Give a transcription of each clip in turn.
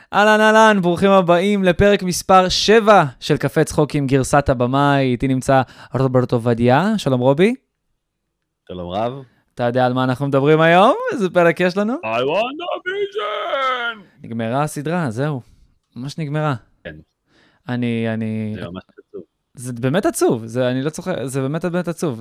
אהלן אהלן, ברוכים הבאים לפרק מספר 7 של קפה צחוקים גרסת הבמאי. איתי נמצא רוברטו ודיה. שלום רובי. שלום רב. אתה יודע על מה אנחנו מדברים היום? איזה פרק יש לנו? I want a vision! נגמרה הסדרה, זהו. ממש נגמרה. כן. אני... זה ממש עצוב. זה באמת עצוב, אני לא צוחק, זה באמת עצוב.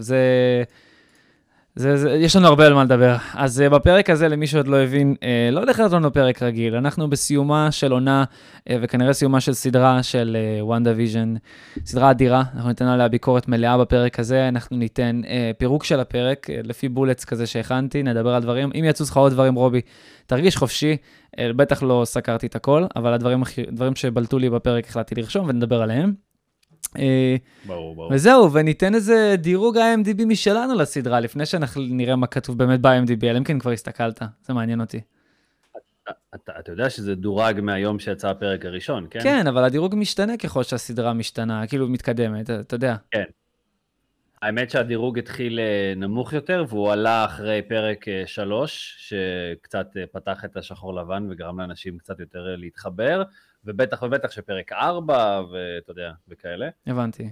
יש לנו הרבה על מה לדבר. אז בפרק הזה, למי שעוד לא הבין, לא הולך להיות לנו פרק רגיל. אנחנו בסיומה של עונה, וכנראה סיומה של סדרה של WandaVision, סדרה אדירה. אנחנו ניתן עליה ביקורת מלאה בפרק הזה. אנחנו ניתן פירוק של הפרק, לפי בולטס כזה שהכנתי, נדבר על דברים. אם יצאו לך עוד דברים, רובי, תרגיש חופשי. בטח לא סקרתי את הכל, אבל הדברים שבלטו לי בפרק החלטתי לרשום ונדבר עליהם. ברור. וזהו, וניתן איזה דירוג ה-IMDb משלנו לסדרה, לפני שאנחנו נראה מה כתוב באמת ב-IMDb, אלא אם כן כבר הסתכלת, זה מעניין אותי. אתה יודע שזה דורג מהיום שיצא הפרק הראשון, כן? כן, אבל הדירוג משתנה ככל שהסדרה משתנה, כאילו מתקדמת, אתה יודע. כן. האמת שהדירוג התחיל נמוך יותר, והוא עלה אחרי פרק 3, שקצת פתח את השחור לבן וגרם לאנשים קצת יותר להתחבר, ובטח שפרק 4, ואתה יודע, וכאלה. הבנתי.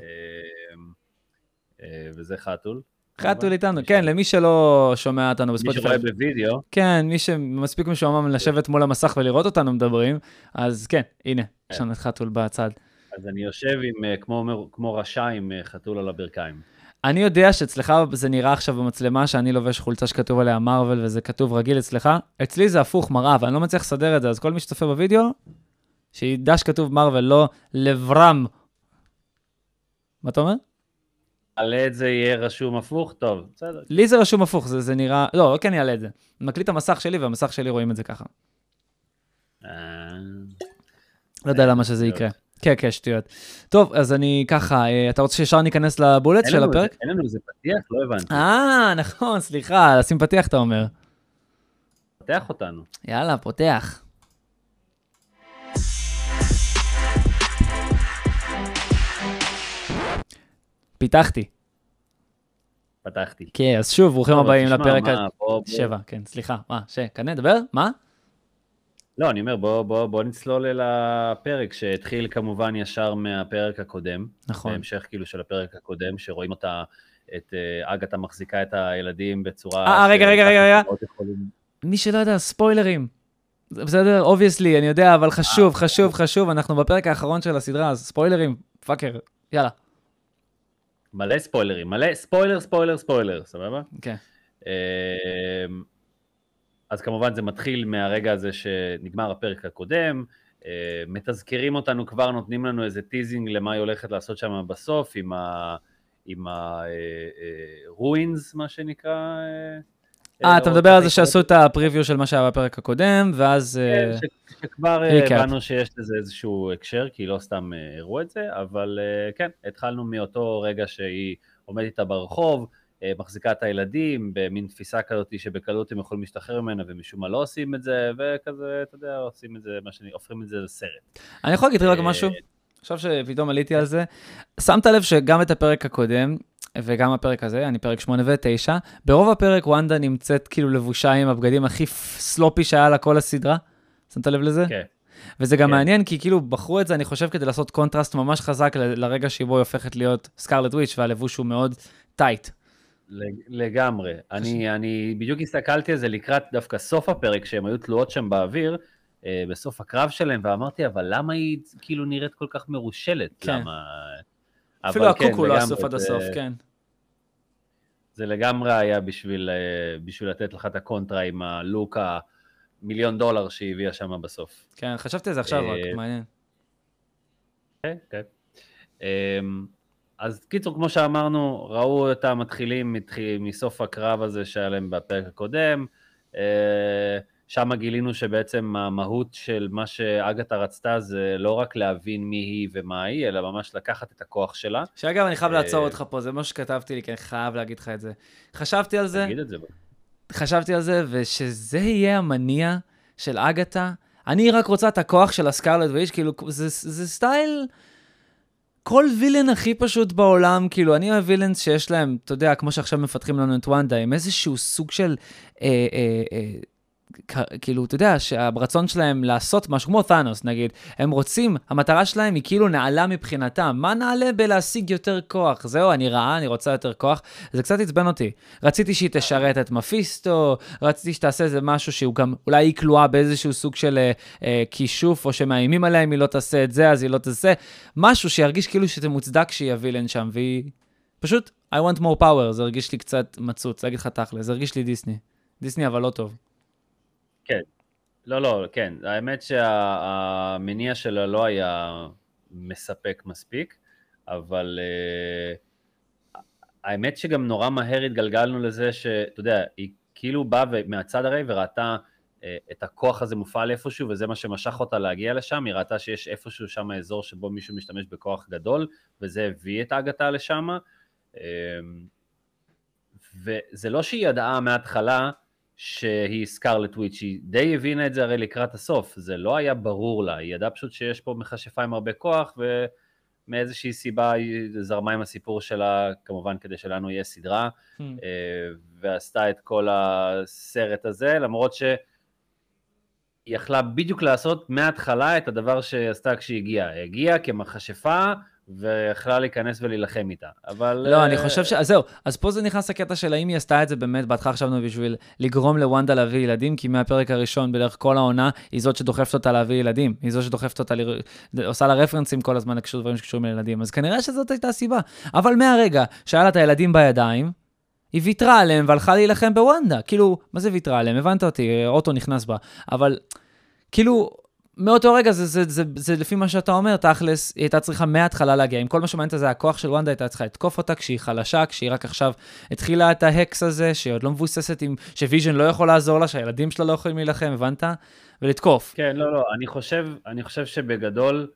וזה חתול. חתול איתנו, כן, למי שלא שומע אותנו מי בספוטיפיי. שרואה בווידאו. כן, מי שמספיק משועמם לשבת מול המסך ולראות אותנו מדברים, אז כן, הנה, יש לנו את חתול בצד. אז אני יושב כמו רשע עם חתול על הברכיים. אני יודע שאצלך זה נראה עכשיו במצלמה שאני לובש חולצה שכתוב עליה מרוול וזה כתוב רגיל אצלך. אצלי זה הפוך מראה, ואני לא מצליח לסדר את זה, אז כל מי שצופה בווידאו, שידע שכתוב מרוול, לא לברם. מה אתה אומר? על את זה יהיה רשום הפוך, טוב, בסדר. לי זה רשום הפוך, זה נראה... לא כן יעלה את זה. אני מקליט את המסך שלי, והמסך שלי רואים את זה ככה. לא יודע למה שזה יקרה. כן, שטויות. טוב, אז אני ככה, אתה רוצה שישר ניכנס לבולט של הפרק? אין לנו איזה פתיח? לא הבנתי. נכון, סליחה, לשים פתיח אתה אומר. פתח אותנו. יאללה, פותח. פתחתי. כן, אז שוב, ברוכים הבאים לפרק 7, כן, סליחה. כנראה, דבר? מה? לא, אני אומר, בוא נצלול אל הפרק, שהתחיל כמובן ישר מהפרק הקודם. נכון. בהמשך כאילו של הפרק הקודם, שרואים אותה, את אגתה מחזיקה את הילדים בצורה... רגע. מי שלא יודע, ספוילרים. בסדר, obviously, אני יודע, אבל חשוב, אנחנו בפרק האחרון של הסדרה, אז ספוילרים, פאקר, יאללה. מלא ספוילרים, ספוילר, סבבה? כן. אז כמובן זה מתחיל מהרגע הזה שנגמר הפרק הקודם, מתזכרים אותנו כבר, נותנים לנו איזה טיזינג למה היא הולכת לעשות שם בסוף, עם ה-ruins, מה שנקרא. אתה מדבר על זה שעשו את הפריוויו של מה שהיה בפרק הקודם, ואז... כן, שכבר הבנו שיש לזה איזשהו הקשר, כי לא סתם הראו את זה, אבל כן, התחלנו מאותו רגע שהיא עומדת איתה ברחוב, מחזיקה את הילדים, במין תפיסה כזאת שבקלות הם יכולים להשתחרר ממנה, ומשום מה לא עושים את זה, וכזה, אתה יודע, עושים את זה, הופכים את זה לסרט. אני יכול להגיד רק משהו? עכשיו שפתאום עליתי על זה, שמת לב שגם את הפרק הקודם, וגם הפרק הזה, אני פרק 8 ו-9, ברוב הפרק וונדה נמצאת כאילו לבושה עם הבגדים הכי סלופי שהיה לה כל הסדרה. שמת לב לזה? כן. וזה גם מעניין, כי כאילו בחרו את זה, אני חושב, כדי לעשות קונטרסט ממש חזק לרגע שבו היא הופכת להיות סקרלט וויץ' והלבוש הוא מאוד טייט. לגמרי. אני בדיוק הסתכלתי על זה לקראת דווקא סוף הפרק, שהם היו תלויות שם באוויר, בסוף הקרב שלהם, ואמרתי, אבל למה היא כאילו נראית כל כך מרושלת? כן. למה... אפילו הקוקו לא הסוף עד הסוף, כן. זה לגמרי היה בשביל לתת לך את הקונטרה עם הלוק $1,000,000 שהיא הביאה שם בסוף. כן, חשבתי על זה עכשיו רק, מעניין. כן. אז קיצור, כמו שאמרנו, ראו אותם מתחילים מסוף הקרב הזה שהיה להם בפרק הקודם, שם גילינו שבעצם המהות של מה שאגתה רצתה זה לא רק להבין מי היא ומה היא, אלא ממש לקחת את הכוח שלה. שאגב, אני חייב לעצור אותך פה, זה מה שכתבתי לי, כי אני חייב להגיד לך את זה. חשבתי על זה, תגיד את זה. חשבתי על זה, ושזה יהיה המניע של אגתה, אני רק רוצה את הכוח של הסקרלט וויץ', כאילו, זה סטייל... כל וילן הכי פשוט בעולם, כאילו, אני אוהב וילנס שיש להם, אתה יודע, כמו שעכשיו מפתחים לנו את וונדה, עם איזשהו סוג של כאילו, אתה יודע, שהרצון שלהם לעשות משהו, כמו תאנוס, נגיד, הם רוצים, המטרה שלהם היא כאילו נעלה מבחינתם. מה נעלה בלהשיג יותר כוח? זהו, אני רעה, אני רוצה יותר כוח. זה קצת עצבן אותי. רציתי שהיא תשרת את מפיסטו, רציתי שתעשה איזה משהו שהוא גם, אולי היא כלואה באיזשהו סוג של כישוף, או שמאיימים עליה אם היא לא תעשה את זה, אז היא לא תעשה. משהו שירגיש כאילו שזה מוצדק שהיא הווילן שם, והיא פשוט, I want more power, זה הרגיש לי קצת מצוץ, להגיד לך תכל'ס, זה הרגיש לי דיסני. דיסני אבל לא טוב. כן, לא, כן, האמת שהמניע שלה לא היה מספק מספיק, אבל האמת שגם נורא מהר התגלגלנו לזה שאתה יודע, היא כאילו באה מהצד הרי וראתה את הכוח הזה מופעל איפשהו, וזה מה שמשך אותה להגיע לשם, היא ראתה שיש איפשהו שם האזור שבו מישהו משתמש בכוח גדול, וזה הביא את אגתה לשם, וזה לא שהיא ידעה מההתחלה שהיא סקרלט וויץ', היא די הבינה את זה הרי לקראת הסוף, זה לא היה ברור לה, היא ידעה פשוט שיש פה מכשפה עם הרבה כוח, ומאיזושהי סיבה היא זרמה עם הסיפור שלה, כמובן כדי שלנו יהיה סדרה, ועשתה את כל הסרט הזה, למרות שהיא יכלה בדיוק לעשות מההתחלה את הדבר שעשתה כשהיא הגיעה, הגיעה כמכשפה, ויכלה להיכנס ולהילחם איתה, אבל... לא, אני חושב אז זהו, אז פה זה נכנס הקטע של האם היא עשתה את זה באמת, בהתחלה חשבנו בשביל לגרום לוונדה להביא ילדים, כי מהפרק הראשון, בדרך כל העונה, היא זאת שדוחפת אותה להביא ילדים, היא זאת שדוחפת אותה, עושה לה רפרנסים כל הזמן, דברים שקשורים לילדים, אז כנראה שזאת הייתה הסיבה, אבל מהרגע שהיה לה את הילדים בידיים, היא ויתרה עליהם והלכה להילחם בוונדה, כאילו, מה זה ויתרה עליהם? הבנת אותי, אוטו נכנס בה, אבל כאילו, מאותו רגע, זה לפי מה שאתה אומר, תכלס, היא הייתה צריכה מההתחלה להגיע. אם כל מה שמעניין זה הכוח של וונדה, הייתה צריכה לתקוף אותה כשהיא חלשה, כשהיא רק עכשיו התחילה את ההקס הזה, שהיא עוד לא מבוססת, שוויז'ן לא יכול לעזור לה, שהילדים שלה לא יכולים להילחם, הבנת? ולתקוף. כן, לא, אני חושב שבגדול,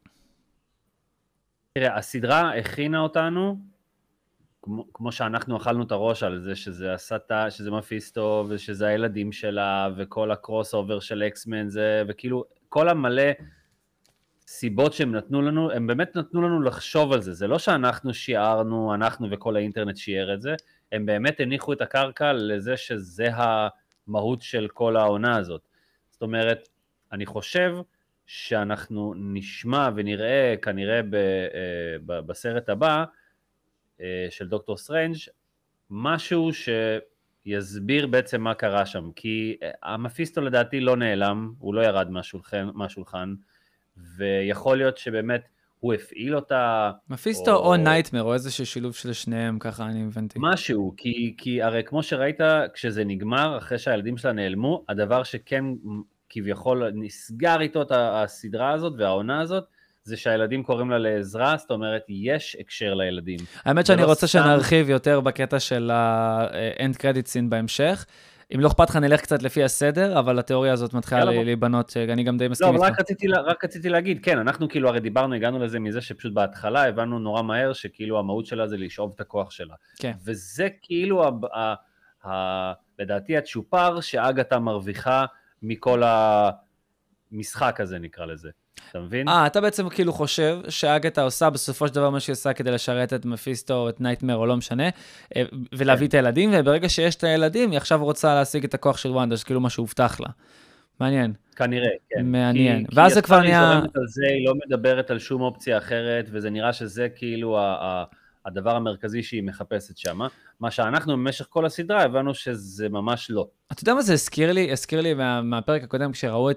תראה, הסדרה הכינה אותנו, כמו שאנחנו אכלנו את הראש על זה, שזה הסתה, שזה מפיסטו, ושזה הילדים שלה, וכל הקרוס אובר של אקסמן זה, וכאילו, כל המלא סיבות שהם נתנו לנו, הם באמת נתנו לנו לחשוב על זה, זה לא שאנחנו שיערנו, אנחנו וכל האינטרנט שיער את זה, הם באמת הניחו את הקרקע לזה שזה המהות של כל העונה הזאת. זאת אומרת, אני חושב שאנחנו נשמע ונראה כנראה בסרט הבא, של דוקטור סטרנג' משהו שיסביר בעצם מה קרה שם, כי המפיסטו לדעתי לא נעלם, הוא לא ירד מהשולחן, ויכול להיות שבאמת הוא הפעיל אותה. מפיסטו או נייטמר, או איזשהו שילוב של שניהם, ככה אני הבנתי. משהו, כי הרי כמו שראית, כשזה נגמר, אחרי שהילדים שלה נעלמו, הדבר שכן כביכול נסגר איתו את הסדרה הזאת והעונה הזאת, זה שהילדים קוראים לה לעזרה, זאת אומרת, יש הקשר לילדים. האמת שאני רוצה שנרחיב יותר בקטע של ה-end credit scene בהמשך. אם לא אכפת לך, נלך קצת לפי הסדר, אבל התיאוריה הזאת מתחילה להיבנות, שאני גם די מסכים איתך. לא, רק רציתי להגיד, כן, אנחנו כאילו הרי דיברנו, הגענו לזה מזה שפשוט בהתחלה הבנו נורא מהר, שכאילו המהות שלה זה לשאוב את הכוח שלה. כן. וזה כאילו, לדעתי, הצ'ופר שאגתה מרוויחה מכל המשחק הזה, נקרא לזה. אתה מבין? אתה בעצם כאילו חושב שאגתה עושה בסופו של דבר מה שהיא עושה כדי לשרת את מפיסטו או את נייטמר או לא משנה, ולהביא את הילדים, וברגע שיש את הילדים, היא עכשיו רוצה להשיג את הכוח של וונדה, שכאילו מה שהובטח לה. מעניין. כנראה, כן. מעניין. ואז זה כבר נהיה... היא לא מדברת על שום אופציה אחרת, וזה נראה שזה כאילו הדבר המרכזי שהיא מחפשת שם. מה שאנחנו במשך כל הסדרה הבנו שזה ממש לא. אתה יודע מה זה הזכיר לי מהפרק הקודם, כשראו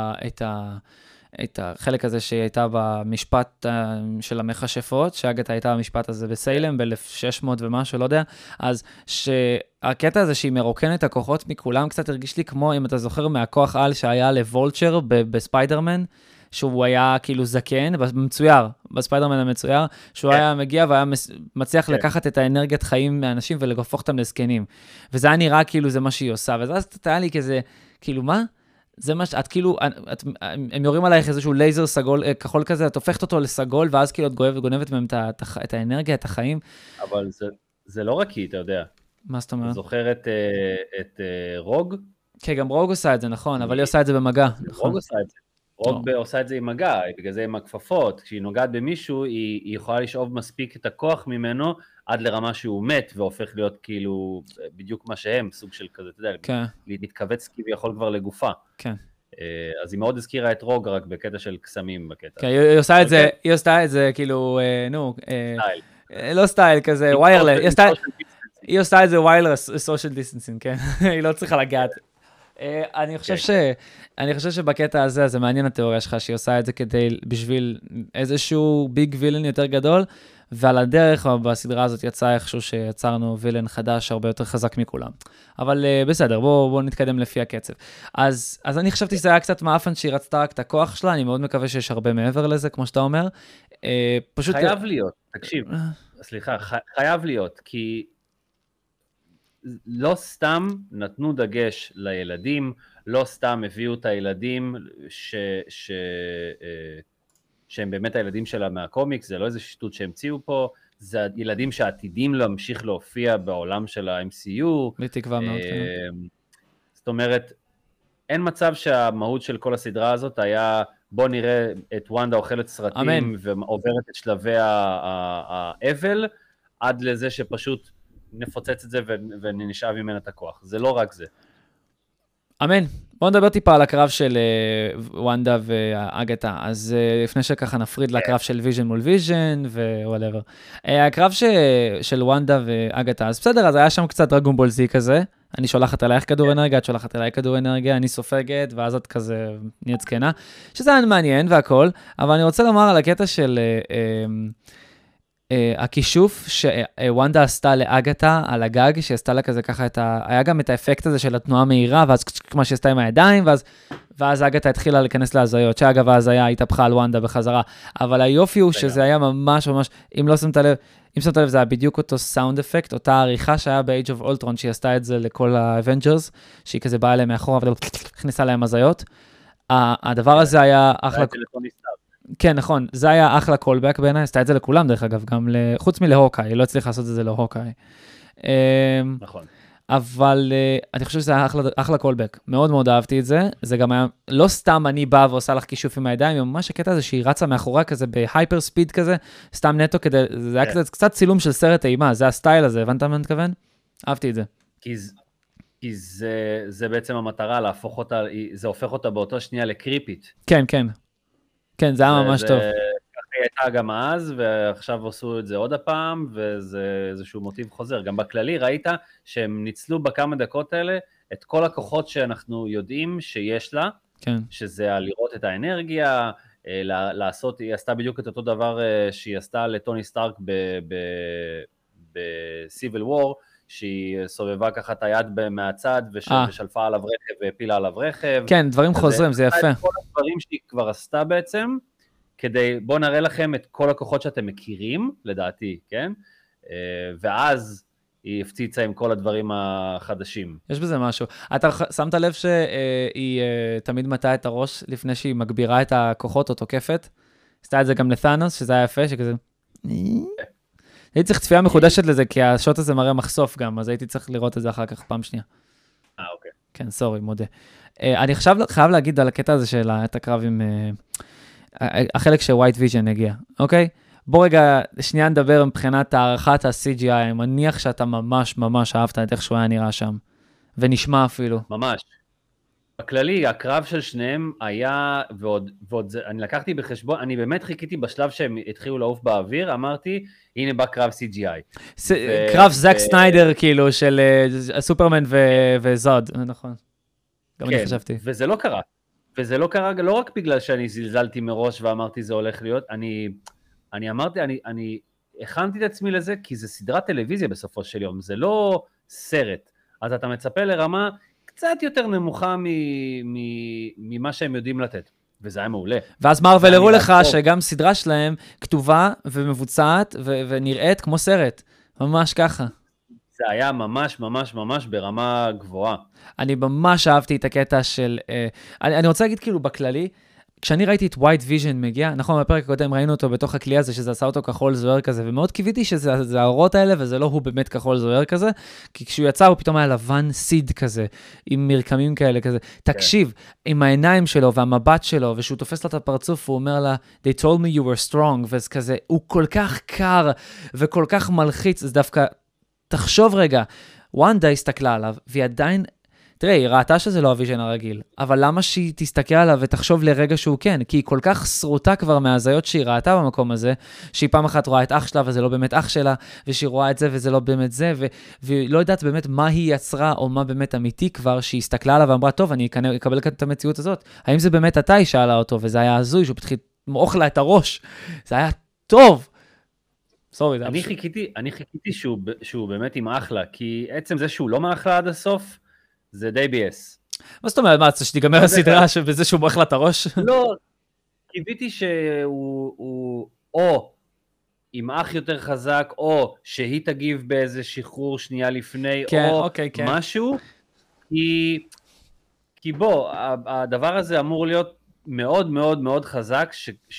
את החלק הזה שהיא הייתה במשפט של המכשפות, שאגתה הייתה במשפט הזה בסיילם, ב-1600 ומשהו, לא יודע, אז שהקטע הזה שהיא מרוקנת את הכוחות מכולם, קצת הרגיש לי כמו, אם אתה זוכר, מהכוח על שהיה לוולצ'ר בספיידרמן, שהוא היה כאילו זקן, מצויר, בספיידרמן המצויר, שהוא היה מגיע והיה מצליח לקחת את האנרגיית חיים מאנשים ולהפוך אותם לזקנים. וזה היה נראה כאילו זה מה שהיא עושה, ואז היה לי כזה, כאילו מה? זה מה שאת כאילו, הם יורים עלייך איזשהו לייזר סגול, כחול כזה, את הופכת אותו לסגול, ואז כאילו את גונבת מהם את האנרגיה, את החיים. אבל זה לא רק היא, אתה יודע. מה זאת אומרת? זוכר את רוג? כן, גם רוג עושה את זה, נכון, אבל היא עושה את זה במגע. רוג עושה את זה. רוג עושה את זה עם מגע, בגלל זה עם הכפפות. כשהיא נוגעת במישהו, היא יכולה לשאוב מספיק את הכוח ממנו, עד לרמה שהוא מת, והופך להיות כאילו בדיוק מה שהם, סוג של כזה, אתה יודע, כן. להתכווץ כביכול כבר לגופה. כן. אז היא מאוד הזכירה את רוג, רק בקטע של קסמים בקטע. כן, היא עושה את זה כאילו, נו, סטייל. לא סטייל, כזה וויירלס, היא עושה את זה וויירלס, סושיאל דיסטנסינג, כן, היא לא צריכה לגעת. אני חושב שבקטע הזה, זה מעניין התיאוריה שלך, שהיא עושה את זה בשביל איזשהו ביג וילן יותר גדול, ועל הדרך בסדרה הזאת יצא איכשהו שיצרנו וילן חדש הרבה יותר חזק מכולם. אבל בסדר, בואו נתקדם לפי הקצב. אז אני חשבתי שזה היה קצת מאפן שהיא רצתה רק את הכוח שלה, אני מאוד מקווה שיש הרבה מעבר לזה, כמו שאתה אומר. פשוט... חייב להיות, תקשיב, סליחה, חייב להיות, כי לא סתם נתנו דגש לילדים, לא סתם הביאו את הילדים שהם באמת הילדים שלה מהקומיקס, זה לא איזה שטות שהמציאו פה, זה ילדים שעתידים להמשיך להופיע בעולם של ה-MCU. בתקווה מאוד, כן. זאת אומרת, אין מצב שהמהות של כל הסדרה הזאת היה, בוא נראה את וונדה אוכלת סרטים ועוברת את שלבי האבל, עד לזה שפשוט נפוצץ את זה ונשאב ממנה את הכוח. זה לא רק זה. אמן. בואו נדבר טיפה על הקרב של וונדה ואגתה. אז לפני שככה נפריד לקרב של ויז'ן מול ויז'ן ווואטאבר. הקרב של וונדה ואגתה, אז בסדר, אז היה שם קצת דרגון בול זי כזה. אני שולחת אלייך כדור אנרגיה, את שולחת אליי כדור אנרגיה, אני סופגת, ואז את כזה נהיית זקנה. שזה היה מעניין והכל, אבל אני רוצה לומר על הקטע של... הכישוף שוונדה עשתה לאגתה על הגג, שעשתה לה כזה ככה היה גם את האפקט הזה של התנועה מהירה, ואז כמו שעשתה עם הידיים, ואז אגתה התחילה להיכנס להזיות, שאגב ההזיה התהפכה על וונדה בחזרה, אבל היופי הוא שזה היה ממש ממש, אם שמת לב, זה היה בדיוק אותו סאונד אפקט, אותה עריכה שהיה ב-Age of Ultron, שהיא עשתה את זה לכל ה-Avengers, שהיא כזה באה אליהם מאחורה, והכניסה להם הזיות. הדבר הזה היה אחלה... כן, נכון, זה היה אחלה קולבק בעיניי, עשתה את זה לכולם דרך אגב, גם חוץ מלהוקאי, היא לא הצליחה לעשות את זה להוקאי. נכון. אבל אני חושב שזה היה אחלה קולבק, מאוד מאוד אהבתי את זה, זה גם היה, לא סתם אני באה ועושה לך כישוף עם הידיים, ממש הקטע הזה שהיא רצה מאחורה כזה בהייפר ספיד כזה, סתם נטו כדי, זה היה קצת צילום של סרט אימה, זה הסטייל הזה, הבנת מה אני מתכוון? אהבתי את זה. כי זה בעצם המטרה, להפוך אותה, זה הופך אותה באותו שנייה לקריפית. כן, כן. כן, זה היה ממש טוב. ככה היא הייתה גם אז, ועכשיו עשו את זה עוד הפעם, וזה איזשהו מוטיב חוזר. גם בכללי ראית שהם ניצלו בכמה דקות האלה את כל הכוחות שאנחנו יודעים שיש לה, כן. שזה לראות את האנרגיה, לעשות, היא עשתה בדיוק את אותו דבר שהיא עשתה לטוני סטארק בסיביל וור, שהיא סובבה ככה את היד מהצד, ושלפה עליו רכב והפילה עליו רכב. כן, דברים חוזרים, זה יפה. כל הדברים שהיא כבר עשתה בעצם, כדי, בואו נראה לכם את כל הכוחות שאתם מכירים, לדעתי, כן? ואז היא הפציצה עם כל הדברים החדשים. יש בזה משהו. אתה שמת לב שהיא תמיד מטעה את הראש לפני שהיא מגבירה את הכוחות או תוקפת? עשתה את זה גם לתאנוס, שזה היה יפה, שכזה... הייתי צריך צפייה מחודשת לזה, כי השוט הזה מראה מחשוף גם, אז הייתי צריך לראות את זה אחר כך פעם שנייה. אוקיי. כן, סורי, מודה. אני חייב להגיד על הקטע הזה של את הקרב עם... החלק שווייט ויז'ן הגיע, אוקיי? בוא רגע, שנייה נדבר מבחינת הערכת ה-CGI, אני מניח שאתה ממש ממש אהבת את איך שהוא היה נראה שם, ונשמע אפילו. ממש. בכללי, הקרב של שניהם היה, ועוד אני לקחתי בחשבון, אני באמת חיכיתי בשלב שהם התחילו לעוף באוויר, אמרתי, הנה בא קרב CGI. קרב זק סניידר, כאילו, של סופרמן וזוד, נכון. גם אני חשבתי. וזה לא קרה. וזה לא קרה לא רק בגלל שאני זלזלתי מראש ואמרתי זה הולך להיות, אני אמרתי, אני הכנתי את עצמי לזה, כי זה סדרת טלוויזיה בסופו של יום, זה לא סרט. אז אתה מצפה לרמה קצת יותר נמוכה ממה שהם יודעים לתת, וזה היה מעולה. ואז מרוול הראו לך שגם סדרה שלהם כתובה ומבוצעת ונראית כמו סרט, ממש ככה. זה היה ממש ממש ממש ברמה גבוהה. אני ממש אהבתי את הקטע של, אני רוצה להגיד כאילו בכללי, כשאני ראיתי את ווייט ויז'ן מגיע, נכון, בפרק הקודם ראינו אותו בתוך הכלי הזה, שזה עשה אותו כחול זוהר כזה, ומאוד קיוויתי שזה האורות האלה, וזה לא הוא באמת כחול זוהר כזה, כי כשהוא יצא הוא פתאום היה לבן סיד כזה, עם מרקמים כאלה כזה. תקשיב, עם העיניים שלו והמבט שלו, ושהוא תופס לה את הפרצוף, הוא אומר לה, they told me you were strong, וזה כזה, הוא כל כך קר, וכל כך מלחיץ, אז דווקא, תחשוב רגע, וונדה הסתכלה עליו, והיא עדיין, תראה, היא ראתה שזה לא הוויז'ן הרגיל, אבל למה שהיא תסתכל עליו ותחשוב לרגע שהוא כן? כי היא כל כך שרוטה כבר מהזיות שהיא ראתה במקום הזה, שהיא פעם אחת רואה את אח שלה וזה לא באמת אח שלה, ושהיא רואה את זה וזה לא באמת זה, והיא לא יודעת באמת מה היא יצרה או מה באמת אמיתי כבר, שהיא הסתכלה עליו ואמרה, טוב, אני אקבל כאן את המציאות הזאת. האם זה באמת אתה? היא שאלה אותו, וזה היה הזוי, שהוא פתחיל מוח לה את הראש. זה היה טוב. אני חיכיתי שהוא באמת עם אחלה, כי עצם זה שהוא לא מאחלה עד הסוף, זה די ביאס. מה זאת אומרת? מה, שתיגמר הסדרה בזה שהוא מוח לה את הראש? לא, קיוויתי שהוא או עם אח יותר חזק, או שהיא תגיב באיזה שחרור שנייה לפני, או משהו, כי בוא, הדבר הזה אמור להיות מאוד מאוד מאוד חזק,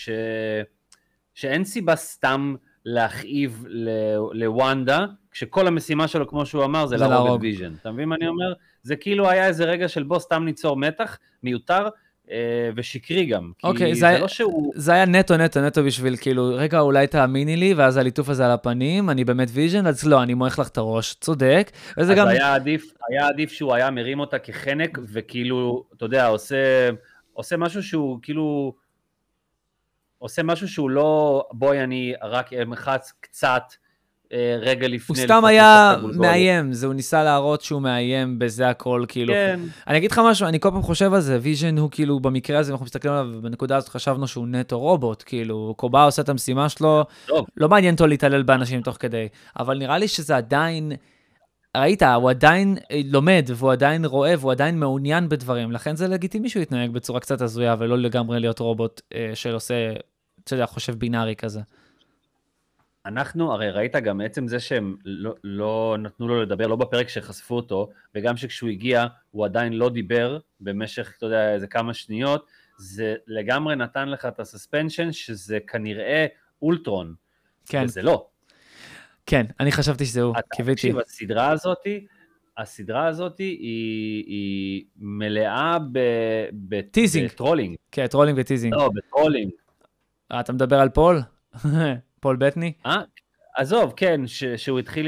שאין סיבה סתם להכאיב לוונדה, כשכל המשימה שלו, כמו שהוא אמר, זה להרוג את ויז'ן. אתה מבין מה אני אומר? זה כאילו היה איזה רגע של בוא סתם ניצור מתח, מיותר, ושקרי גם. אוקיי, זה היה נטו בשביל כאילו, רגע, אולי תאמיני לי, ואז הליטוף הזה על הפנים, אני באמת ויז'ן, אז לא, אני מוח לך את הראש, צודק. אז היה עדיף שהוא היה מרים אותה כחנק, וכאילו, אתה יודע, עושה משהו שהוא כאילו, עושה משהו שהוא לא, בואי אני רק מחץ קצת, רגע לפני. הוא סתם היה מאיים, הוא ניסה להראות שהוא מאיים בזה הכל, כאילו. כן. אני אגיד לך משהו, אני כל פעם חושב על זה, ויז'ן הוא כאילו, במקרה הזה, אנחנו מסתכלים עליו, בנקודה הזאת חשבנו שהוא נטו רובוט, כאילו, קובה עושה את המשימה שלו, לא מעניין אותו להתעלל באנשים תוך כדי, אבל נראה לי שזה עדיין, ראית, הוא עדיין לומד, והוא עדיין רואה, והוא עדיין מעוניין בדברים, לכן זה לגיטימי שהוא יתנהג בצורה קצת הזויה, ולא לגמרי להיות רובוט שעושה, אתה יודע, חושב בינארי כזה. אנחנו, הרי ראית גם עצם זה שהם לא נתנו לו לדבר, לא בפרק שחשפו אותו, וגם שכשהוא הגיע, הוא עדיין לא דיבר במשך, אתה יודע, איזה כמה שניות, זה לגמרי נתן לך את הסספנשן, שזה כנראה אולטרון, כן. וזה לא. כן, אני חשבתי שזה הוא, קיוויתי. הסדרה הזאת היא מלאה טיזינג. בטרולינג. כן, טרולינג וטיזינג. לא, בטרולינג. אתה מדבר על פול? פול בטני? עזוב, כן, שהוא התחיל,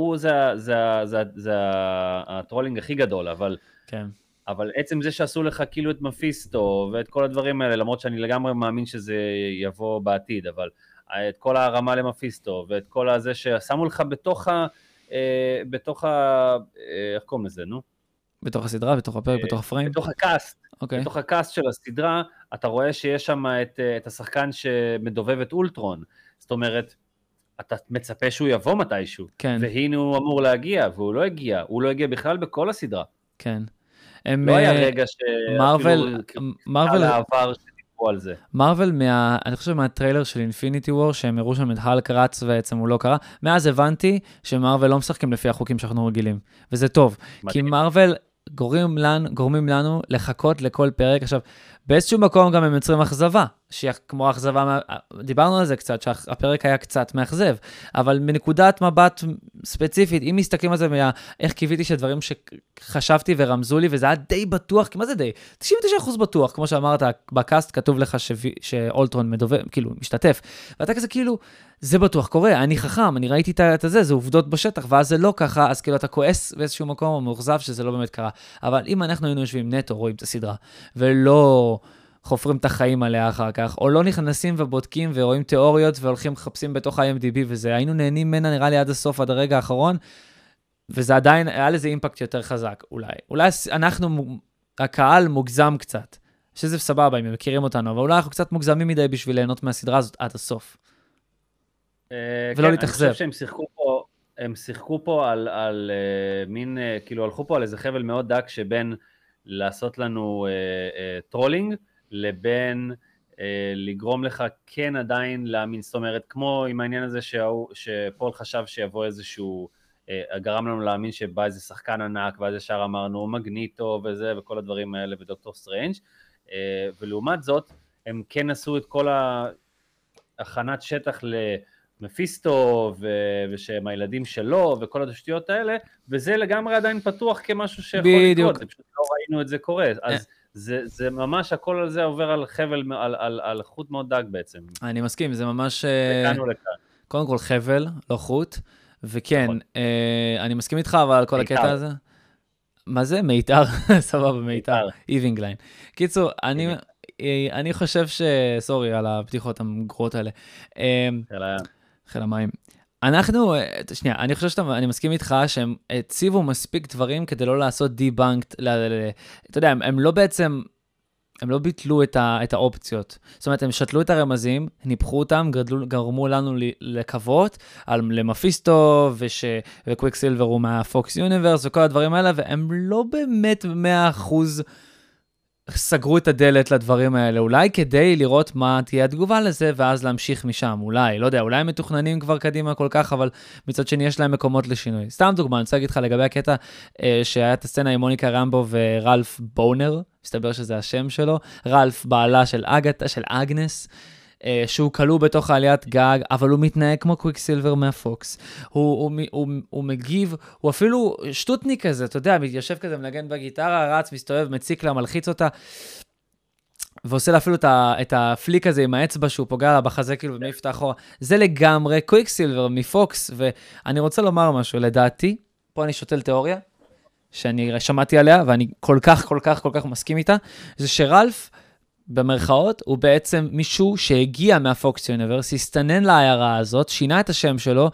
זה הטרולינג הכי גדול, אבל עצם זה שעשו לך כאילו את מפיסטו ואת כל הדברים האלה, למרות שאני לגמרי מאמין שזה יבוא בעתיד, אבל את כל הרמה למפיסטו ואת כל הזה ששמו לך בתוך איך קוראים לזה, נו? בתוך הסדרה, בתוך הפרק, בתוך הפריים? בתוך הקאסט. בתוך הקאסט של הסדרה, אתה רואה שיש שם את השחקן שמדובב את אולטרון. זאת אומרת, אתה מצפה שהוא יבוא מתישהו, והנה הוא אמור להגיע, והוא לא הגיע. הוא לא הגיע בכלל בכל הסדרה. כן. לא היה רגע על העבר שדיברו על זה. מרוול, אני חושב מהטריילר של אינפיניטי וור, שהם הראו שם את הלק רץ בעצם הוא לא קרה, מאז הבנתי שמרוול לא משחקים לפי החוקים שאנחנו רגילים, וזה טוב, כי מרוול גורמים לנו לחכות לכל פרק. עכשיו, באיזשהו מקום גם הם יוצרים אכזבה, כמו אכזבה, דיברנו על זה קצת, שהפרק היה קצת מאכזב, אבל מנקודת מבט ספציפית, אם מסתכלים על זה, איך קיוויתי שדברים שחשבתי ורמזו לי, וזה היה די בטוח, כי מה זה די? 99% בטוח, כמו שאמרת, בקאסט כתוב לך שאולטרון מדובב, כאילו, משתתף, ואתה כזה כאילו, זה בטוח קורה, אני חכם, אני ראיתי את זה, זה עובדות בשטח, ואז זה לא ככה, אז כאילו אתה כועס באיזשהו מקום, או מאוכזב שזה לא באמת קרה. אבל אם אנחנו היינו יושבים נטו, רואים את הסדרה, ולא חופרים את החיים עליה אחר כך, או לא נכנסים ובודקים ורואים תיאוריות, והולכים לחפשים בתוך ה-IMDb וזה, היינו נהנים ממנה נראה לי עד הסוף, עד הרגע האחרון, וזה עדיין, היה לזה אימפקט יותר חזק, אולי. אולי אנחנו, הקהל מוגזם קצת, שזה סבבה, אם הם מכירים אותנו, אבל אולי אנחנו קצת מוגזמים מדי בשביל ליהנות מהסדרה הזאת עד הסוף. ולא להתאכזב. אני חושב שהם שיחקו פה על מין, כאילו הלכו פה על איזה חבל מאוד דק שבין לעשות לנו טרולינג, לבין לגרום לך כן עדיין להאמין, זאת אומרת, כמו עם העניין הזה שפול חשב שיבוא איזשהו, גרם לנו להאמין שבא איזה שחקן ענק, ואז ישר אמרנו מגניטו וזה, וכל הדברים האלה, ודוקטור סטרנג', ולעומת זאת, הם כן עשו את כל הכנת שטח למפיסטו, ושהם הילדים שלו, וכל התשתיות האלה, וזה לגמרי עדיין פתוח כמשהו שיכול לקרות, זה פשוט לא ראינו את זה קורה, אז זה ממש הכל על זה עובר על חבל, על חוט מאוד דק בעצם. אני מסכים, זה ממש... לכאן או לכאן. קודם כל חבל, לא חוט, וכן, אני מסכים איתך, אבל על כל הקטע הזה... מה זה? מיתר? סבבה, מיתר. איבינגליין. קיצור, אני חושב סורי על הבדיחות המגרות האלה. חיל המים. שנייה, אני חושב אני מסכים איתך שהם הציבו מספיק דברים כדי לא לעשות דיבנקט, אתה יודע, הם לא בעצם, הם לא ביטלו את האופציות. זאת אומרת, הם שתלו את הרמזים, ניפחו אותם, גרמו לנו לקוות למפיסטו, וקוויקסילבר הוא מהפוקס יוניברס, וכל הדברים האלה, והם לא באמת 100% סגרו את הדלת לדברים האלה, אולי כדי לראות מה תהיה התגובה לזה, ואז להמשיך משם, אולי, לא יודע, אולי הם מתוכננים כבר קדימה כל כך, אבל מצד שני יש להם מקומות לשינוי. סתם דוגמה, אני רוצה להגיד לך לגבי הקטע שהיה את הסצנה עם מוניקה רמבו ורלף בונר, מסתבר שזה השם שלו, רלף בעלה של אגנס, שהוא כלוא בתוך העליית גג, אבל הוא מתנהג כמו קוויקסילבר מהפוקס. הוא מגיב, הוא אפילו שטוטניק כזה, אתה יודע, מתיישב כזה, מנגן בגיטרה, רץ, מסתובב, מציק לה, מלחיץ אותה, ועושה לה אפילו את הפליק הזה עם האצבע שהוא פוגע לה בחזה, כאילו, ומעיף את האחורה. זה לגמרי קוויקסילבר מפוקס, ואני רוצה לומר משהו, לדעתי, פה אני שותל תיאוריה, שאני שמעתי עליה, ואני כל כך מסכים איתה, זה שרלף, במרכאות, הוא בעצם מישהו שהגיע מהפוקס יוניברס, הסתנן לעיירה הזאת, שינה את השם שלו,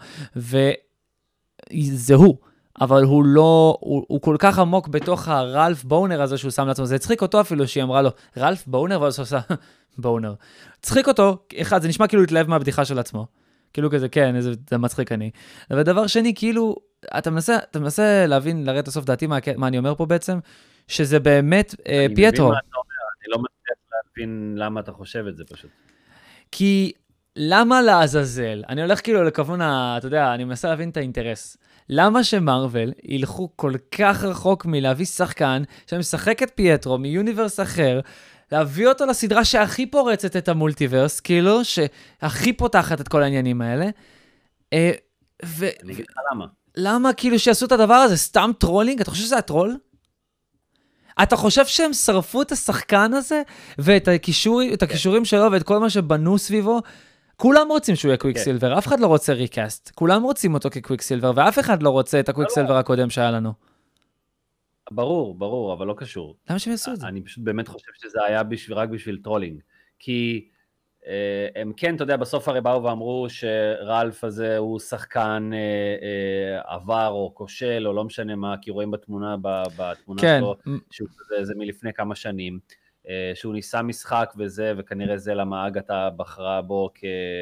וזה הוא. אבל הוא לא, הוא כל כך עמוק בתוך הרלף בונר הזה שהוא שם לעצמו. זה הצחיק אותו אפילו שהיא אמרה לו, רלף בונר, ואז הוא עושה, בונר. הצחיק אותו, אחד, זה נשמע כאילו להתלהב מהבדיחה של עצמו. כאילו כזה, כן, זה מצחיק אני. ודבר שני, כאילו, אתה מנסה להבין, לראות את הסוף דעתי, מה אני אומר פה בעצם, שזה באמת פייטרו. אני לא מצליח להבין למה אתה חושב את זה פשוט. כי למה לעזאזל? אני הולך כאילו לכיוון, אתה יודע, אני מנסה להבין את האינטרס. למה שמרוול ילכו כל כך רחוק מלהביא שחקן שמשחק את פייטרו מיוניברס אחר, להביא אותו לסדרה שהכי פורצת את המולטיברס, כאילו, שהכי פותחת את כל העניינים האלה. אני אגיד לך למה. למה כאילו שיעשו את הדבר הזה? סתם טרולינג? אתה חושב שזה הטרול? אתה חושב שהם שרפו את השחקן הזה, ואת הכישורים שלו, ואת כל מה שבנו סביבו? כולם רוצים שהוא יהיה קוויקסילבר, אף אחד לא רוצה ריקאסט. כולם רוצים אותו כקוויקסילבר, ואף אחד לא רוצה את הקוויקסילבר הקודם שהיה לנו. ברור, אבל לא קשור. למה שהם יעשו את זה? אני פשוט באמת חושב שזה היה רק בשביל טרולינג. כי הם כן, אתה יודע, בסוף הרי באו ואמרו שרלף הזה הוא שחקן עבר או כושל, או לא משנה מה, כי רואים בתמונה שלו, שזה מלפני כמה שנים, שהוא ניסה משחק וזה, וכנראה זה למה אגתה בחרה בו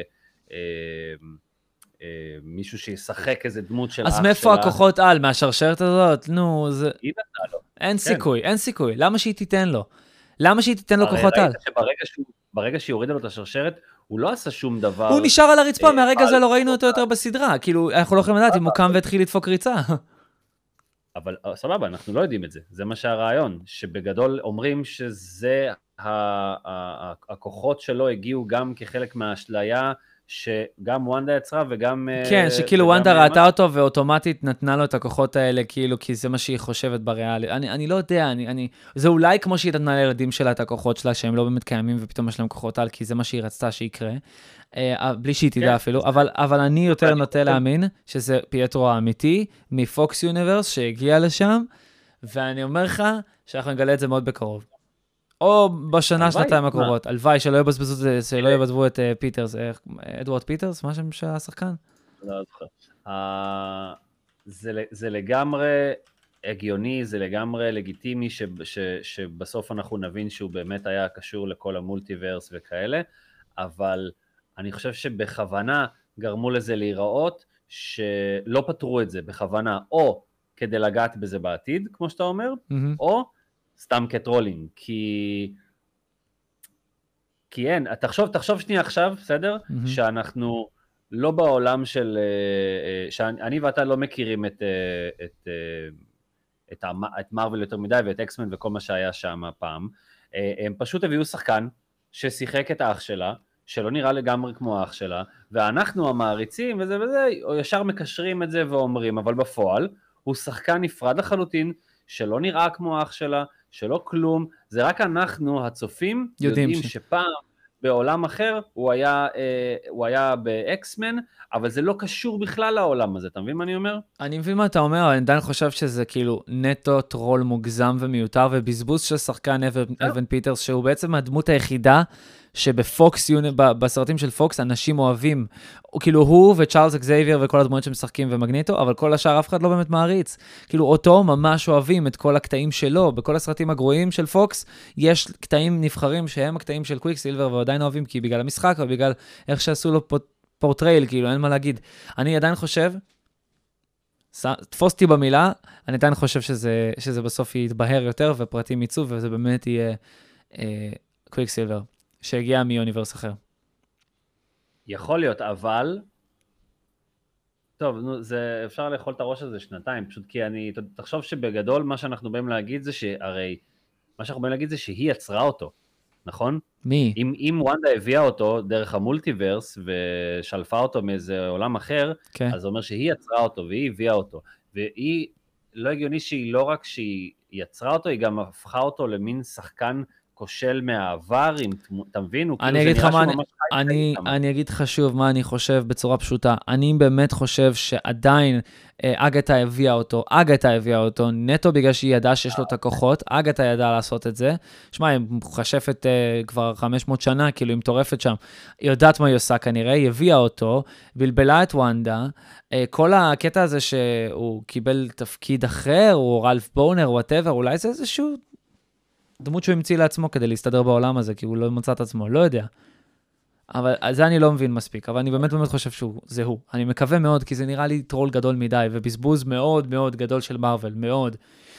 מישהו שישחק איזה דמות של אח שלה. אז מאיפה הכוחות על? מהשרשרת הזאת? נו, זה... היא נתנה לו. אין סיכוי. למה שהיא תיתן לו? למה שהיא תיתן לו כוחות על? ברגע שהיא הורידה לו את השרשרת, הוא לא עשה שום דבר. הוא נשאר על הרצפה, מהרגע הזה לא ראינו אותו יותר בסדרה. כאילו, אנחנו לא יכולים לדעת אם הוא קם והתחיל לדפוק ריצה. אבל סבבה, אנחנו לא יודעים את זה. זה מה שהרעיון, שבגדול אומרים שזה הכוחות שלו הגיעו גם כחלק מהאשליה, שגם וונדה יצרה וגם... כן, שכאילו וונדה ראתה אותו ואוטומטית נתנה לו את הכוחות האלה, כאילו, כי זה מה שהיא חושבת בריאלי. אני לא יודע, זה אולי כמו שהיא נתנה לילדים שלה את הכוחות שלה, שהם לא באמת קיימים ופתאום יש להם כוחות על, כי זה מה שהיא רצתה שיקרה, בלי שהיא תדע אפילו, אבל אני יותר נוטה להאמין שזה פייטרו האמיתי, מפוקס יוניברס שהגיע לשם, ואני אומר לך שאנחנו נגלה את זה מאוד בקרוב. או בשנה, שנתיים הקרובות. הלוואי שלא יבזבזו את פיטרס. אדוארד פיטרס? מה שם של השחקן? לא זוכר. זה לגמרי הגיוני, זה לגמרי לגיטימי שבסוף אנחנו נבין שהוא באמת היה קשור לכל המולטיברס וכאלה, אבל אני חושב שבכוונה גרמו לזה להיראות שלא פתרו את זה בכוונה, או כדי לגעת בזה בעתיד, כמו שאתה אומר, או סתם כטרולינג, כי אין, תחשוב שנייה עכשיו, בסדר? שאנחנו לא בעולם של, שאני ואתה לא מכירים את מרוול יותר מדי, ואת אקסמן וכל מה שהיה שם פעם, הם פשוט הביאו שחקן, ששיחק את האח שלה, שלא נראה לגמרי כמו האח שלה, ואנחנו המעריצים וזה וזה, ישר מקשרים את זה ואומרים, אבל בפועל הוא שחקן נפרד לחלוטין, שלא נראה כמו האח שלה, שלא כלום, זה רק אנחנו הצופים יודעים שפעם בעולם אחר הוא היה באקסמן, אבל זה לא קשור בכלל לעולם הזה, אתה מבין מה אני אומר? אני מבין מה אתה אומר, אבל אני עדיין חושב שזה כאילו נטו טרול מוגזם ומיותר, ובזבוז של שחקן אבן פיטרס, שהוא בעצם הדמות היחידה שבפוקס, בסרטים של פוקס, אנשים אוהבים. כאילו הוא וצ'ארלס אקזייביר וכל הדמויות שמשחקים ומגניטו, אבל כל השאר אף אחד לא באמת מעריץ. כאילו אותו ממש אוהבים את כל הקטעים שלו. בכל הסרטים הגרועים של פוקס, יש קטעים נבחרים שהם הקטעים של קוויקסילבר, ועדיין אוהבים כי בגלל המשחק, ובגלל איך שעשו לו פורטרייל, כאילו אין מה להגיד. אני עדיין חושב, תפוס אותי במילה, אני עדיין חושב שזה בסוף יתבהר יותר, ופרטים ייצאו, וזה באמת יהיה קוויקסילבר. שהגיע מאוניברס אחר. יכול להיות, אבל... טוב, נו, זה אפשר לאכול את הראש הזה שנתיים, פשוט כי תחשוב שבגדול מה שאנחנו באים להגיד זה שהרי... מה שאנחנו באים להגיד זה שהיא יצרה אותו, נכון? מי? אם וונדה הביאה אותו דרך המולטיברס ושלפה אותו מאיזה עולם אחר, כן. אז זה אומר שהיא יצרה אותו והיא הביאה אותו. והיא, לא הגיוני שהיא לא רק שהיא יצרה אותו, היא גם הפכה אותו למין שחקן כושל מהעבר, אתה מבין? אני אגיד לך שוב מה אני חושב בצורה פשוטה. אני באמת חושב שעדיין אגתה הביאה אותו, נטו בגלל שהיא ידעה שיש לו את הכוחות, אגתה ידעה לעשות את זה. שמע, היא חשפת כבר 500 שנה, כאילו היא מטורפת שם. היא יודעת מה היא עושה כנראה, היא הביאה אותו, בלבלה את וונדה, כל הקטע הזה שהוא קיבל תפקיד אחר, הוא רלף בונר, whatever, אולי זה איזשהו דמות שהוא המציא לעצמו כדי להסתדר בעולם הזה, כי הוא לא מצא את עצמו, לא יודע. אבל זה אני לא מבין מספיק, אבל אני באמת חושב שזה הוא. אני מקווה מאוד, כי זה נראה לי טרול גדול מדי, ובזבוז מאוד מאוד גדול של מארוול, מאוד.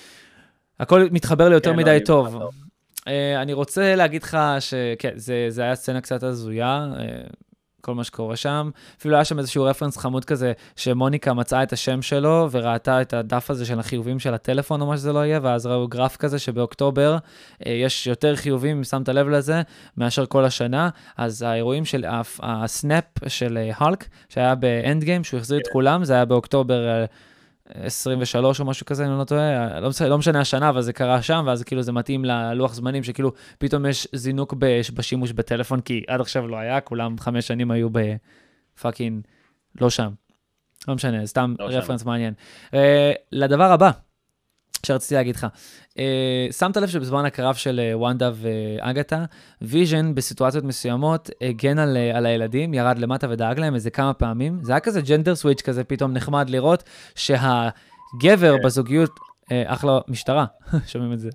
הכל מתחבר לי יותר מדי טוב. אני רוצה להגיד לך שכן, זה היה סצנה קצת הזויה, כל מה שקורה שם. אפילו היה שם איזשהו רפרנס חמוד כזה, שמוניקה מצאה את השם שלו, וראתה את הדף הזה של החיובים של הטלפון, או מה שזה לא יהיה, ואז ראו גרף כזה שבאוקטובר יש יותר חיובים, אם שמת לב לזה, מאשר כל השנה. אז האירועים של הסנאפ של הולק, שהיה באנד גיים, שהוא החזיר את כולם, זה היה באוקטובר 23 או משהו כזה, אני לא טועה, לא משנה השנה, אבל זה קרה שם, ואז כאילו זה מתאים ללוח זמנים, שכאילו פתאום יש זינוק בשימוש בטלפון, כי עד עכשיו לא היה, כולם 5 שנים היו בפאקינג, לא שם. לא משנה, סתם רפרנס מעניין. לדבר הבא, שרציתי להגיד לך, שמת לב שבזמן הקרב של וונדה ואגתה, ויז'ן בסיטואציות מסוימות הגן על הילדים, ירד למטה ודאג להם איזה כמה פעמים. זה היה כזה ג'נדר סוויץ' כזה, פתאום נחמד לראות שהגבר בזוגיות, אחלה משטרה, שומעים את זה,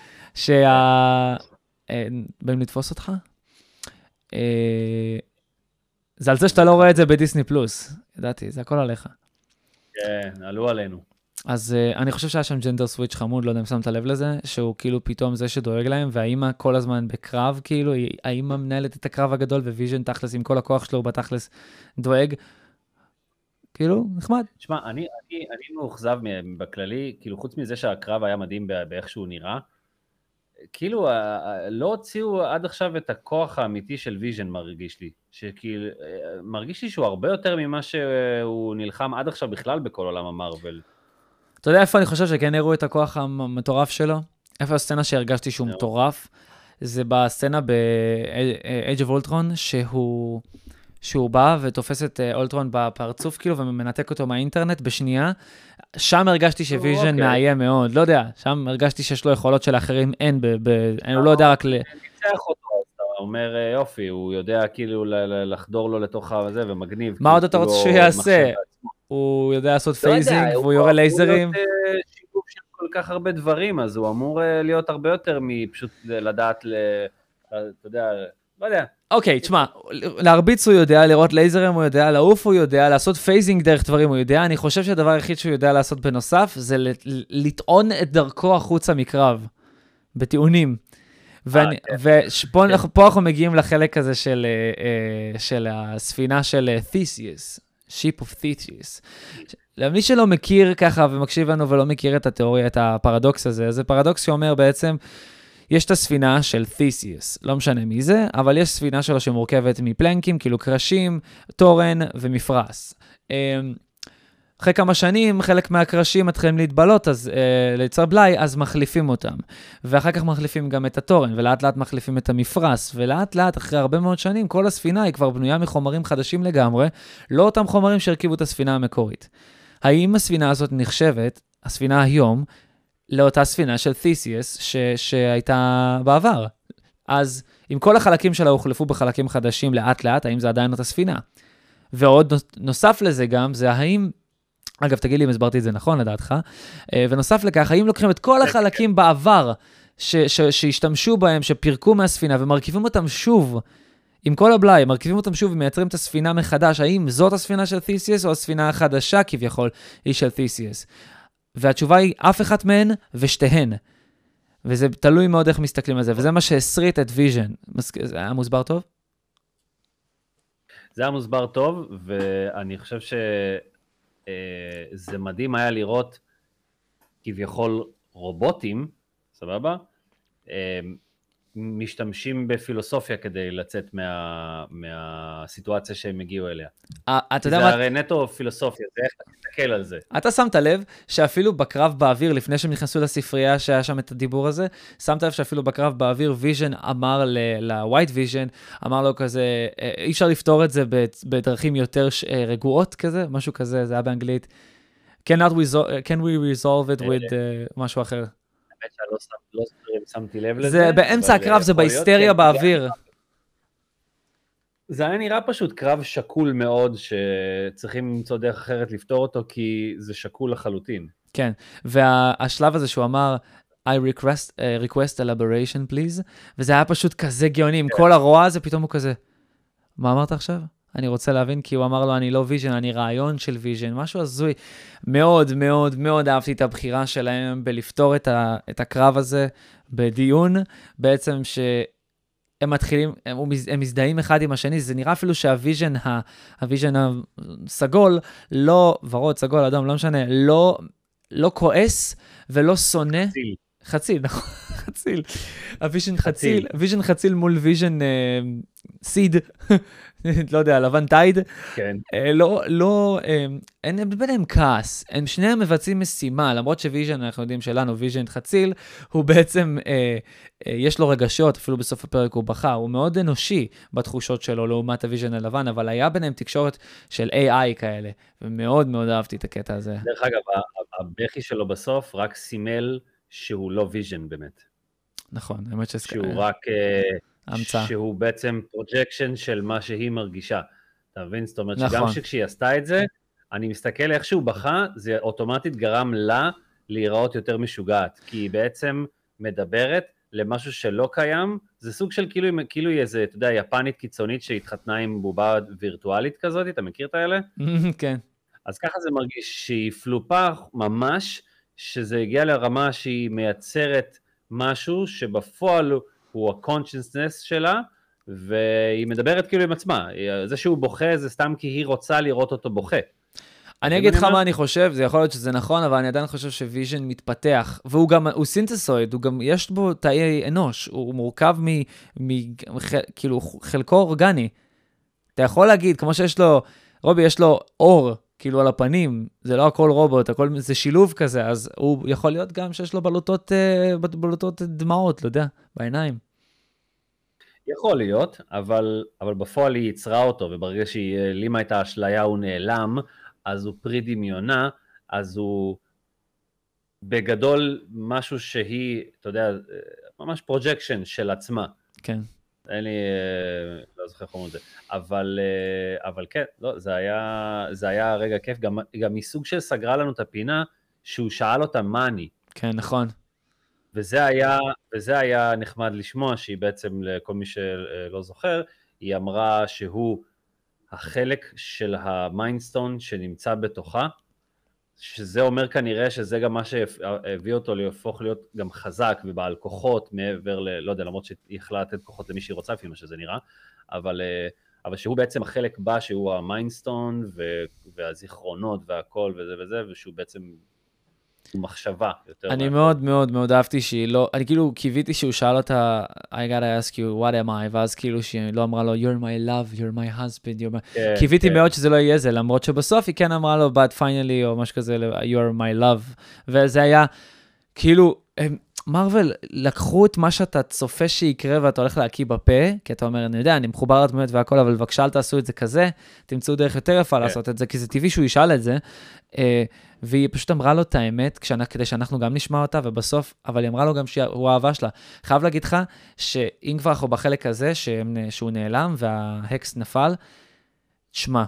באים לתפוס אותך? זה על זה שאתה לא רואה את זה בדיסני פלוס, ידעתי, זה הכל עליך. כן, עלו עלינו. אז אני חושב שהיה שם ג'נדר סוויץ' חמוד, לא יודע אם שמת לב לזה, שהוא כאילו פתאום זה שדואג להם, והאימא כל הזמן בקרב, כאילו, האימא מנהלת את הקרב הגדול, וויז'ן תכלס עם כל הכוח שלו, בתכלס דואג. כאילו, נחמד. תשמע, אני מאוכזב בכללי, כאילו, חוץ מזה שהקרב היה מדהים באיך שהוא נראה, כאילו, לא הוציאו עד עכשיו את הכוח האמיתי של ויז'ן, מרגיש לי. שכאילו, מרגיש לי שהוא הרבה יותר ממה שהוא נלחם עד עכשיו בכלל בכל עולם המרוול. אתה יודע איפה אני חושב שכן הראו את הכוח המטורף שלו? איפה הסצנה שהרגשתי שהוא מטורף? זה בסצנה ב-Age of Ultron, שהוא בא ותופס את אולטרון בפרצוף, כאילו, ומנתק אותו מהאינטרנט בשנייה. שם הרגשתי שוויז'ן מאיים מאוד, לא יודע, שם הרגשתי שיש לו יכולות של האחרים, הוא לא יודע רק ניצח אותו, אתה אומר יופי, הוא יודע כאילו לחדור לו לתוך הזה ומגניב. מה עוד אתה רוצה שהוא יעשה? הוא יודע לעשות פייזינג, והוא יורה לייזרים. הוא להיות שילוב של כל כך הרבה דברים, אז הוא אמור להיות הרבה יותר מפשוט לדעת, אתה יודע, לא יודע. אוקיי, תשמע, להרביץ הוא יודע, לראות לייזרים הוא יודע, לעוף הוא יודע, לעשות פייזינג דרך דברים הוא יודע. אני חושב שהדבר היחיד שהוא יודע לעשות בנוסף, זה לטעון את דרכו החוצה מקרב, בטיעונים. ופה אנחנו מגיעים לחלק הזה של הספינה של תיסיוס. Ship of Theseus. למי שלא מכיר ככה ומקשיב לנו ולא מכיר את התיאוריה, את הפרדוקס הזה, זה פרדוקס שאומר בעצם, יש את הספינה של תיסיוס, לא משנה מי זה, אבל יש ספינה שלו שמורכבת מפלנקים, כאילו קרשים, תורן ומפרס. אחרי כמה שנים, חלק מהקרשים מתחילים להתבלות, אז ליצור בלי, אז מחליפים אותם. ואחר כך מחליפים גם את התורן, ולאט לאט מחליפים את המפרס, ולאט לאט, אחרי הרבה מאוד שנים, כל הספינה היא כבר בנויה מחומרים חדשים לגמרי, לא אותם חומרים שהרכיבו את הספינה המקורית. האם הספינה הזאת נחשבת, הספינה היום, לאותה ספינה של תיסיוס שהייתה בעבר? אז אם כל החלקים שלה הוחלפו בחלקים חדשים לאט לאט, האם זה עדיין אותה ספינה? ועוד נוסף לזה גם, זה האם, אגב, תגיד לי אם הסברתי את זה נכון לדעתך, ונוסף לכך, האם לוקחים את כל החלקים בעבר שהשתמשו בהם, שפירקו מהספינה, ומרכיבים אותם שוב, עם כל הבלי, מרכיבים אותם שוב ומייצרים את הספינה מחדש, האם זאת הספינה של תיסיוס, או הספינה החדשה כביכול היא של תיסיוס? והתשובה היא אף אחת מהן ושתיהן. וזה תלוי מאוד איך מסתכלים על זה, וזה מה שהסריט את ויז'ן. זה היה מוסבר טוב? זה היה מוסבר טוב, ואני חושב שזה מדהים היה לראות כביכול רובוטים, סבבה? משתמשים בפילוסופיה כדי לצאת מהסיטואציה שהם הגיעו אליה. זה הרי נטו פילוסופיה, זה איך אתה תסתכל על זה. אתה שמת לב שאפילו בקרב באוויר, לפני שהם נכנסו לספרייה שהיה שם את הדיבור הזה, שמת לב שאפילו בקרב באוויר, ויז'ן אמר לווייט ויז'ן, אמר לו כזה, אי אפשר לפתור את זה בדרכים יותר רגועות כזה, משהו כזה, זה היה באנגלית. Can we resolve it with משהו אחר? לא שמתי לב לזה. זה באמצע הקרב, זה בהיסטריה באוויר. זה היה נראה פשוט קרב שקול מאוד, שצריכים למצוא דרך אחרת לפתור אותו, כי זה שקול לחלוטין. כן, והשלב הזה שהוא אמר, I request elaboration please, וזה היה פשוט כזה גאוני, עם כל הרוע הזה, פתאום הוא כזה, מה אמרת עכשיו? אני רוצה להבין, כי הוא אמר לו, אני לא ויז'ן, אני רעיון של ויז'ן, משהו הזוי. מאוד מאוד מאוד אהבתי את הבחירה שלהם בלפתור את הקרב הזה בדיון, בעצם שהם מתחילים, הם מזדהים אחד עם השני, זה נראה אפילו שהוויז'ן הסגול, לא, ורוד, סגול, אדום, לא משנה, לא כועס ולא שונא. חציל, נכון, חציל. הוויז'ן חציל מול ויז'ן סיד, לא יודע, לבן טייד. כן. אין ביניהם כעס, הם שניהם מבצעים משימה, למרות שוויז'ן, אנחנו יודעים שלנו, ויז'ן חציל, הוא בעצם, יש לו רגשות, אפילו בסוף הפרק הוא בכה, הוא מאוד אנושי בתחושות שלו, לעומת הוויז'ן הלבן, אבל היה ביניהם תקשורת של AI כאלה, ומאוד מאוד אהבתי את הקטע הזה. דרך אגב, הבכי שלו בסוף רק סימל שהוא לא ויז'ן באמת. נכון, האמת שהוא רק, שהוא בעצם פרוג'קשן של מה שהיא מרגישה. אתה מבין? זאת אומרת שגם כשהיא עשתה את זה, אני מסתכל איך שהוא בכה, זה אוטומטית גרם לה להיראות יותר משוגעת, כי היא בעצם מדברת למשהו שלא קיים, זה סוג של כאילו היא איזה, אתה יודע, יפנית קיצונית שהתחתנה עם בובה וירטואלית כזאת, אתה מכיר את האלה? כן. אז ככה זה מרגיש שהיא פלופה ממש, שזה הגיע לרמה שהיא מייצרת משהו שבפועל הוא ה-consciousness שלה, והיא מדברת כאילו עם עצמה. זה שהוא בוכה זה סתם כי היא רוצה לראות אותו בוכה. אני אגיד לך מה אני חושב, זה יכול להיות שזה נכון, אבל אני עדיין חושב שוויז'ן מתפתח, והוא גם, הוא סינתסויד, הוא גם, יש בו תאי אנוש, הוא מורכב כאילו חלקו אורגני. אתה יכול להגיד, כמו שיש לו, רובי יש לו אור, כאילו על הפנים, זה לא הכל רובוט, הכל זה שילוב כזה, אז הוא יכול להיות גם שיש לו בלוטות דמעות, לא יודע, בעיניים. יכול להיות, אבל בפועל היא יצרה אותו, וברגע שהיא לימה את האשליה הוא נעלם, אז הוא פרי דמיונה, אז הוא בגדול משהו שהיא, אתה יודע, ממש פרוג'קשן של עצמה. כן. אין לי, לא זוכר איך אומרים את זה, אבל כן, לא, זה היה רגע כיף, גם מסוג שסגרה לנו את הפינה, שהוא שאל אותה מה אני. כן, נכון. וזה היה נחמד לשמוע, שהיא בעצם, לכל מי שלא זוכר, היא אמרה שהוא החלק של המיינדסטון שנמצא בתוכה, שזה אומר כנראה שזה גם מה שהביא אותו להפוך להיות גם חזק ובעל כוחות מעבר לא יודע, למרות שהיא יכלה לתת כוחות למי שהיא רוצה, לפי מה שזה נראה, אבל שהוא בעצם החלק בה שהוא המיינדסטון והזיכרונות והכל וזה וזה, ושהוא בעצם מחשבה יותר. אני מאוד מאוד מאוד אהבתי שהיא לא, אני כאילו קיוויתי שהוא שאל אותה, I gotta ask you, what am I? ואז כאילו שהיא לא אמרה לו, you're my love, you're my husband, קיוויתי מאוד שזה לא יהיה זה, למרות שבסוף היא כן אמרה לו, but finally, או משהו כזה, you're my love. וזה היה, כאילו, מרוול, לקחו את מה שאתה צופה שיקרה ואתה הולך להקיא בפה, כי אתה אומר, אני יודע, אני מחובר לדמויות והכל, אבל בבקשה אל תעשו את זה כזה, תמצאו דרך יותר יפה לעשות את זה, כי זה טבעי שהוא ישאל את זה, והיא פשוט אמרה לו את האמת, כדי שאנחנו גם נשמע אותה, ובסוף, אבל היא אמרה לו גם שהוא האהבה שלה. חייב להגיד לך, שאם כבר אנחנו בחלק הזה, שהוא נעלם וההקס נפל, שמע,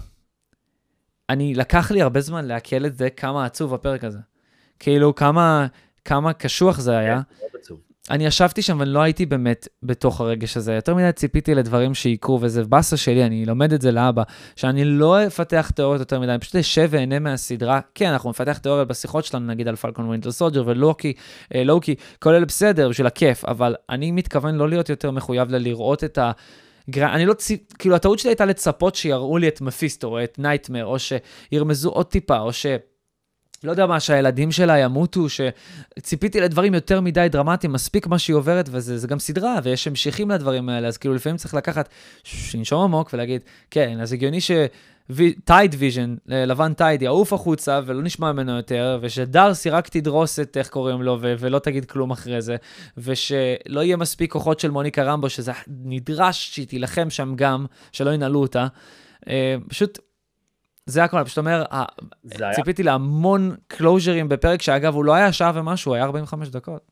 לקח לי הרבה זמן להקל את זה, כמה עצוב הפרק הזה. כאילו, כמה קשוח זה היה. אני ישבתי שם ולא הייתי באמת בתוך הרגש הזה. יותר מדי ציפיתי לדברים שיקרו, וזה בסה שלי, אני לומד את זה לאבא, שאני לא אפתח תיאוריות יותר מדי, אני פשוט אשב ואהנה מהסדרה. כן, אנחנו מפתח תיאוריות בשיחות שלנו, נגיד על פלקון ווינטר סולג'ר ולוקי, כל אלה בסדר בשביל הכיף, אבל אני מתכוון לא להיות יותר מחויב לראות את אני לא, כאילו, הטעות שלי הייתה לצפות שיראו לי את מפיסטו, או את נייטמר, או שירמזו עוד טיפה, או לא יודע מה, שהילדים שלה ימותו, שציפיתי לדברים יותר מדי דרמטיים, מספיק מה שהיא עוברת, וזה גם סדרה, ויש המשכים לדברים האלה, אז כאילו לפעמים צריך לקחת, שנשום עמוק ולהגיד, כן, אז הגיוני טייד ויז'ן, לבן טייד, יעוף החוצה, ולא נשמע ממנו יותר, ושדרסי רק תדרוס את איך קוראים לו, ולא תגיד כלום אחרי זה, ושלא יהיה מספיק כוחות של מוניקה רמבו, שזה נדרש שהיא תילחם שם גם, שלא ינעלו אותה. פשוט, זה הכל, פשוט אומר, ציפיתי להמון קלוז'רים בפרק, שאגב, הוא לא היה שעה ומשהו, הוא היה 45 דקות.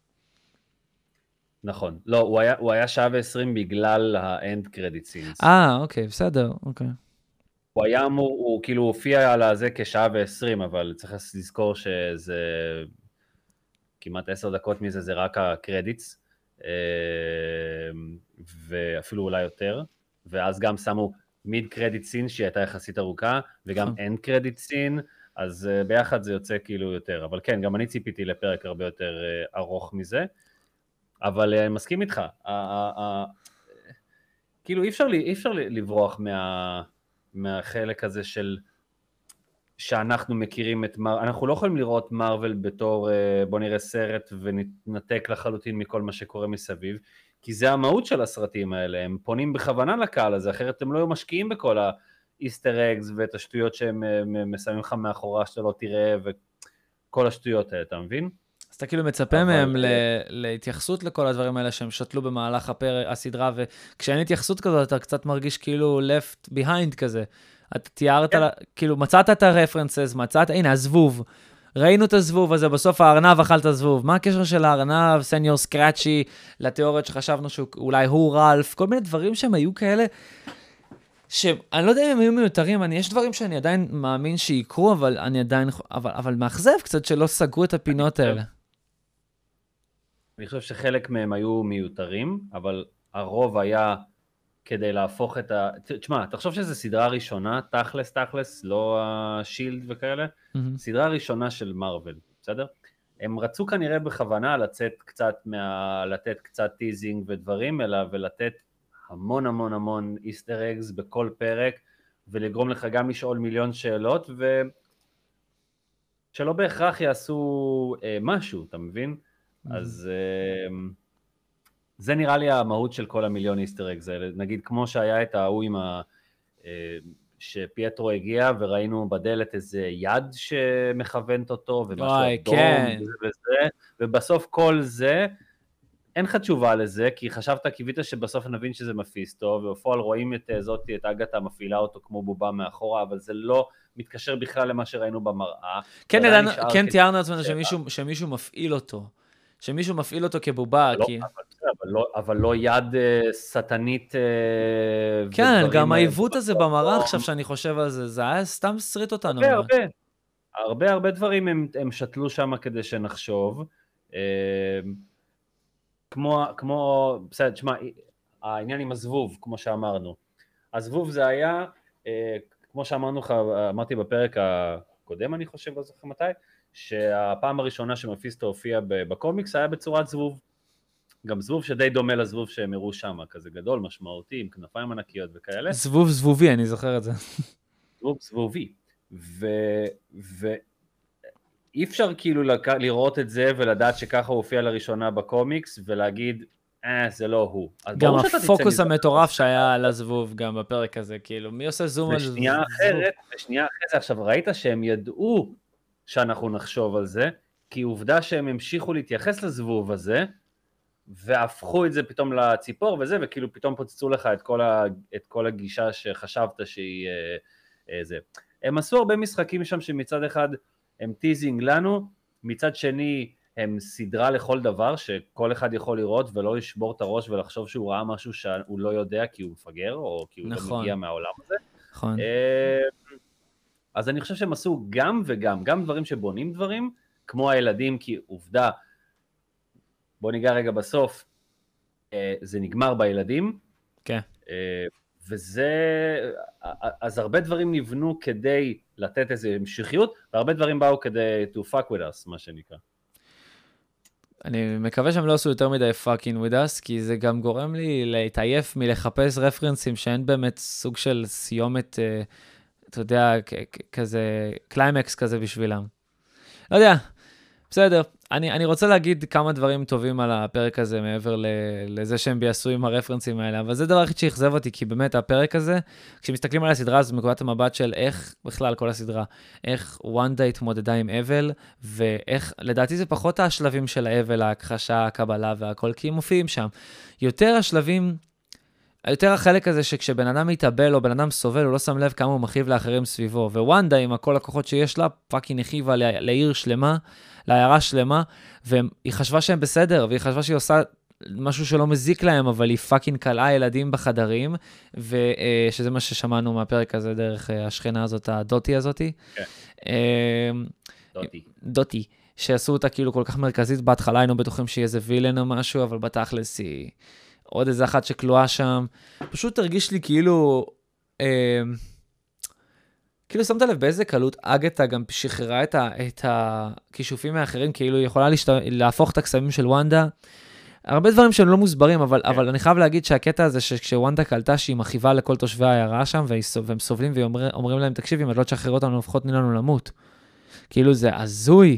נכון. לא, הוא היה שעה ו-20 בגלל האנד קרדיט סינס. אוקיי, בסדר, אוקיי. הוא היה אמור, הוא כאילו הופיע על זה כשעה ו-20, אבל צריך לזכור שזה כמעט 10 דקות מזה, זה רק הקרדיטס, ואפילו אולי יותר, ואז גם שמו מיד קרדיט סין שהיא הייתה יחסית ארוכה, וגם אין קרדיט סין, אז ביחד זה יוצא כאילו יותר, אבל כן, גם אני ציפיתי לפרק הרבה יותר ארוך מזה, אבל אני מסכים איתך, כאילו אי אפשר לברוח מהחלק הזה של שאנחנו מכירים את אנחנו לא יכולים לראות מרוול בתור בוא נראה סרט ונתנתק לחלוטין מכל מה שקורה מסביב, כי זה המהות של הסרטים האלה, הם פונים בכוונה לקהל הזה, אחרת הם לא היו משקיעים בכל האיסטר אגס ואת השטויות שהם מסיימים לך מאחורה שאתה לא תראה וכל השטויות האלה, אתה מבין? אז אתה כאילו מצפה מהם להתייחסות לכל הדברים האלה שהם שתלו במהלך הסדרה, וכשאין התייחסות כזאת אתה קצת מרגיש כאילו left behind כזה. אתה תיארת, כאילו מצאת את הרפרנסס, הנה הזבוב, ראינו את הזבוב הזה, בסוף הארנב אכל את הזבוב, מה הקשר של הארנב, סניור סקראצ'י, לתיאוריות שחשבנו שאולי הוא רלף, כל מיני דברים שהם היו כאלה, שאני לא יודע אם הם היו מיותרים, יש דברים שאני עדיין מאמין שיקרו, אבל אני עדיין, אבל מאכזב קצת שלא סגרו את הפינות האלה. אני חושב שחלק מהם היו מיותרים, אבל הרוב היה כדי להפוך את תשמע, תחשוב שזו סדרה ראשונה, תכלס, לא השילד וכאלה, סדרה ראשונה של מרוול, בסדר? הם רצו כנראה בכוונה לתת קצת טיזינג ודברים, אלא ולתת המון איסטר אגס בכל פרק, ולגרום לך גם לשאול מיליון שאלות, שלא בהכרח יעשו משהו, אתה מבין? אז זה נראה לי המהות של כל המיליון איסטר אגס האלה, נגיד כמו שהיה את ההוא עם שפייטרו הגיע וראינו בדלת איזה יד שמכוונת אותו ומשהו אדום וזה, ובסוף כל זה, אין לך תשובה לזה, כי חשבת, קיווית שבסוף נבין שזה מפיסטו, ובפועל רואים את זאתי, את אגתה מפעילה אותו כמו בובה מאחורה, אבל זה לא מתקשר בכלל למה שראינו במראה. כן תיארנו עצמנו שמישהו מפעיל אותו. שמישהו מפעיל אותו כבובה, אבל לא יד סטנית. כן, גם העיוות הזה במראה, עכשיו שאני חושב על זה, זה היה סתם סריט אותנו. הרבה דברים הם שתלו שם כדי שנחשוב, כמו, בסדר, תשמע, העניין עם הזבוב, כמו שאמרנו, הזבוב זה היה, כמו שאמרנו לך, אמרתי בפרק הקודם, אני חושב, לא זוכר מתי, שהפעם הראשונה שמפיסטו הופיע בקומיקס היה בצורת זבוב, גם זבוב שדי דומה לזבוב שהם הראו שם, כזה גדול, משמעותי, עם כנפיים ענקיות וכאלה. זבוב זבובי, אני זוכר את זה. זבוב זבובי, אי אפשר כאילו לראות את זה ולדעת שככה הוא הופיע לראשונה בקומיקס ולהגיד, זה לא הוא. גם הפוקוס המטורף שהיה על הזבוב גם בפרק הזה, כאילו, מי עושה זום על זבוב? ושנייה אחרת, עכשיו ראית שהם ידעו שאנחנו נחשוב על זה, כי עובדה שהם המשיכו להתייחס לזבוב הזה, והפכו את זה פתאום לציפור וזה, וכאילו פתאום פוצצו לך את כל הגישה שחשבת שהיא זה. הם עשו הרבה משחקים שם שמצד אחד הם טיזינג לנו, מצד שני הם סדרה לכל דבר שכל אחד יכול לראות ולא לשבור את הראש ולחשוב שהוא ראה משהו שהוא לא יודע כי הוא מפגר או כי הוא לא מגיע מהעולם הזה. נכון. אז אני חושב שהם עשו גם וגם, גם דברים שבונים דברים, כמו הילדים, כי עובדה, בוא ניגע רגע בסוף, זה נגמר בילדים, כן. וזה, אז הרבה דברים נבנו כדי לתת איזו המשכיות, והרבה דברים באו כדי to fuck with us, מה שנקרא. אני מקווה שהם לא עשו יותר מדי fucking with us, כי זה גם גורם לי להתעייף מלחפש רפרנסים שאין באמת סוג של סיומת, אתה יודע, כזה, קליימקס כזה בשבילם. לא יודע, בסדר. אני רוצה להגיד כמה דברים טובים על הפרק הזה, מעבר לזה שהם ביעשו עם הרפרנסים האלה, אבל זה דבר הכי שהכזב אותי, כי באמת הפרק הזה, כשמסתכלים על הסדרה, אז מנקודת המבט של איך, בכלל כל הסדרה, איך וונדה התמודדה עם אבל, ואיך, לדעתי זה פחות השלבים של האבל, ההכחשה, הקבלה והכל, כי הם מופיעים שם. יותר השלבים, יותר החלק הזה שכשבן אדם מתאבל או בן אדם סובל, הוא לא שם לב כמה הוא מכאיב לאחרים סביבו, ווונדה עם כל הכוחות שיש לה, פאקינג הכאיבה לעיר שלמה, לעיירה שלמה, והיא חשבה שהם בסדר, והיא חשבה שהיא עושה משהו שלא מזיק להם, אבל היא פאקינג קלעה ילדים בחדרים, ושזה מה ששמענו מהפרק הזה דרך השכנה הזאת, הדוטי הזאתי. דוטי, שעשו אותה כאילו כל כך מרכזית, בהתחלה היינו בטוחים שהיא איזה וילן או משהו, אבל בתכלס היא עוד איזה אחת שכלואה שם. פשוט תרגיש לי כאילו... כאילו שמת לב באיזה קלות אגתה גם שחררה את הכישופים האחרים, כאילו היא יכולה להפוך את הקסמים של וונדה. הרבה דברים שהם לא מוסברים, אבל אני חייב להגיד שהקטע הזה שכשוונדה קלטה שהיא מכיבה לכל תושבי העיירה שם, והם סובלים ואומרים להם, תקשיב, אם את לא תשחרר אותנו, לפחות תני לנו למות. כאילו זה הזוי.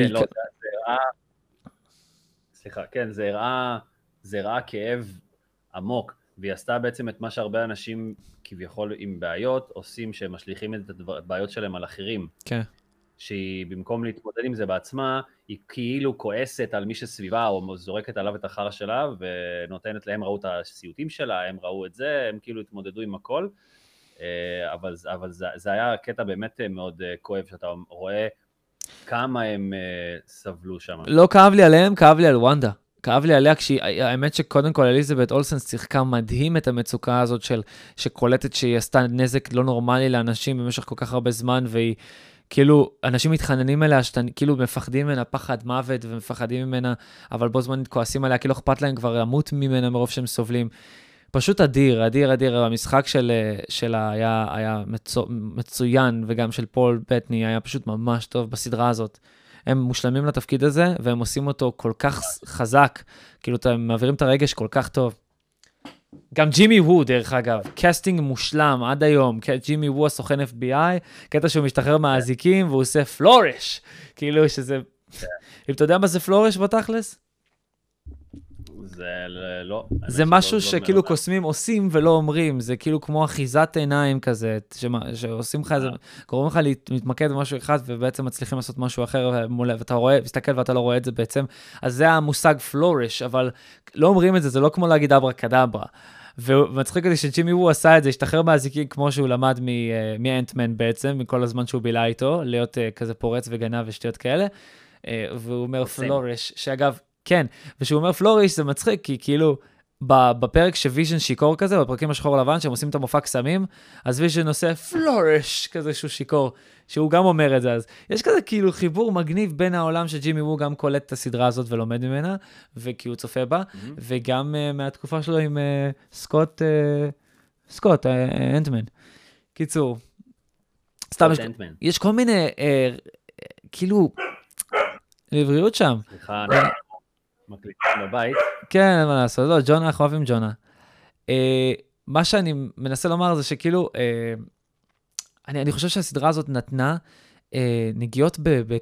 סליחה, כן, זה הראה כאב עמוק, והיא עשתה בעצם את מה שהרבה אנשים כביכול עם בעיות עושים, שהם משליכים את הבעיות שלהם על אחרים. כן. שהיא במקום להתמודד עם זה בעצמה, היא כאילו כועסת על מי שסביבה, או זורקת עליו את החרא שלה, ונותנת להם, ראו את הסיוטים שלה, הם ראו את זה, הם כאילו התמודדו עם הכל, אבל זה היה קטע באמת מאוד כואב, שאתה רואה כמה הם סבלו שם. לא כאב לי עליהם, כאב לי על וונדה. כאב לי עליה, האמת שקודם כל אליזבת אולסן שיחקה מדהים את המצוקה הזאת שקולטת שהיא עשתה נזק לא נורמלי לאנשים במשך כל כך הרבה זמן, והיא כאילו, אנשים מתחננים אליה, כאילו מפחדים ממנה פחד מוות ומפחדים ממנה, אבל בו זמן כועסים עליה, כאילו אכפת להם כבר למות ממנה מרוב שהם סובלים. פשוט אדיר, המשחק שלה היה מצוין, וגם של פול בטני היה פשוט ממש טוב בסדרה הזאת. הם מושלמים לתפקיד הזה, והם עושים אותו כל כך חזק, כאילו הם מעבירים את הרגש כל כך טוב. גם ג'ימי וו, דרך אגב, קסטינג מושלם עד היום, ג'ימי וו הסוכן FBI, קטע שהוא משתחרר מהאזיקים, והוא עושה פלורש, כאילו שזה, אם אתה יודע מה זה פלורש בתכלס? זה לא. זה משהו שכאילו קוסמים עושים ולא אומרים, זה כאילו כמו אחיזת עיניים כזה, שעושים לך איזה, קוראים לך להתמקד במשהו אחד, ובעצם מצליחים לעשות משהו אחר, ואתה רואה, מסתכל ואתה לא רואה את זה בעצם, אז זה המושג פלורש, אבל לא אומרים את זה, זה לא כמו להגיד אברה קדברה, ומצחיק אותי שג'ימי וו עשה את זה, השתחרר מהזיקים כמו שהוא למד מאנטמן בעצם, מכל הזמן שהוא בילה איתו, להיות כזה פורץ וגנב ושטויות כאלה, והוא אומר פלורש, שאגב, כן, ושהוא אומר פלוריש זה מצחיק, כי כאילו בפרק שוויז'ן שיקור כזה, בפרקים השחור לבן, שהם עושים את המופע קסמים, אז ויז'ן עושה פלוריש כזה שהוא שיקור, שהוא גם אומר את זה, אז יש כזה כאילו חיבור מגניב בין העולם שג'ימי וו גם קולט את הסדרה הזאת ולומד ממנה, וכי הוא צופה בה, וגם מהתקופה שלו עם סקוט, אנטמן. קיצור, סתם, יש כל מיני, כאילו, לבריאות שם. סליחה, מקליטים בבית. כן, מה לעשות, לא, ג'ונה, אנחנו אוהבים ג'ונה. מה שאני מנסה לומר זה שכאילו, אני חושב שהסדרה הזאת נתנה נגיעות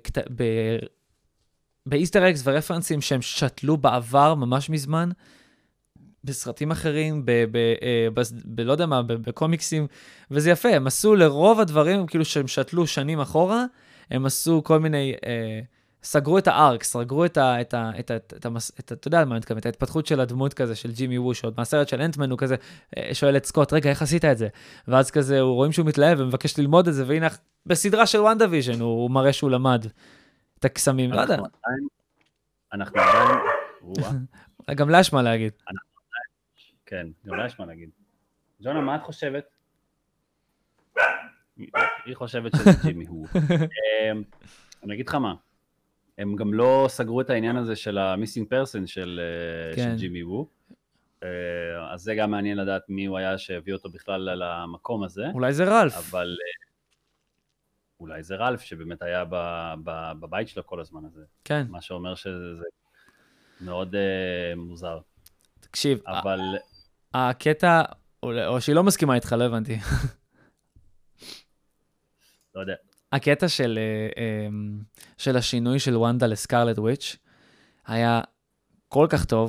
באיסטר אקס ורפרנסים שהם שתלו בעבר ממש מזמן, בסרטים אחרים, לא יודע מה, בקומיקסים, וזה יפה, הם עשו לרוב הדברים, כאילו שהם שתלו שנים אחורה, הם עשו כל מיני, סגרו את הארק, סגרו אתה יודע מה אני מתכוון, את ההתפתחות של הדמות כזה, של ג'ימי ווש, עוד מהסרט של אנטמן, הוא כזה שואל את סקוט, רגע, איך עשית את זה? ואז כזה, הוא רואים שהוא מתלהב ומבקש ללמוד את זה, והנה, בסדרה של וונדה ויז'ן, הוא מראה שהוא למד את הקסמים, לא יודע. אנחנו עדיין, גם לה יש מה להגיד. כן, גם לה יש מה להגיד. ג'ונה, מה את חושבת? היא חושבת שזה ג'ימי הוא. אני אגיד לך מה, הם גם לא סגרו את העניין הזה של המיסינג פרסן של ג'ימי וו, אז זה גם מעניין לדעת מי הוא היה שהביא אותו בכלל למקום הזה. אולי זה רלף. אבל אולי זה רלף שבאמת היה בבית שלו כל הזמן הזה. כן. מה שאומר שזה מאוד מוזר. תקשיב, אבל הקטע, או שהיא לא מסכימה איתך, לא הבנתי. לא יודע. הקטע של השינוי של וונדה לסקרלט וויץ' היה כל כך טוב.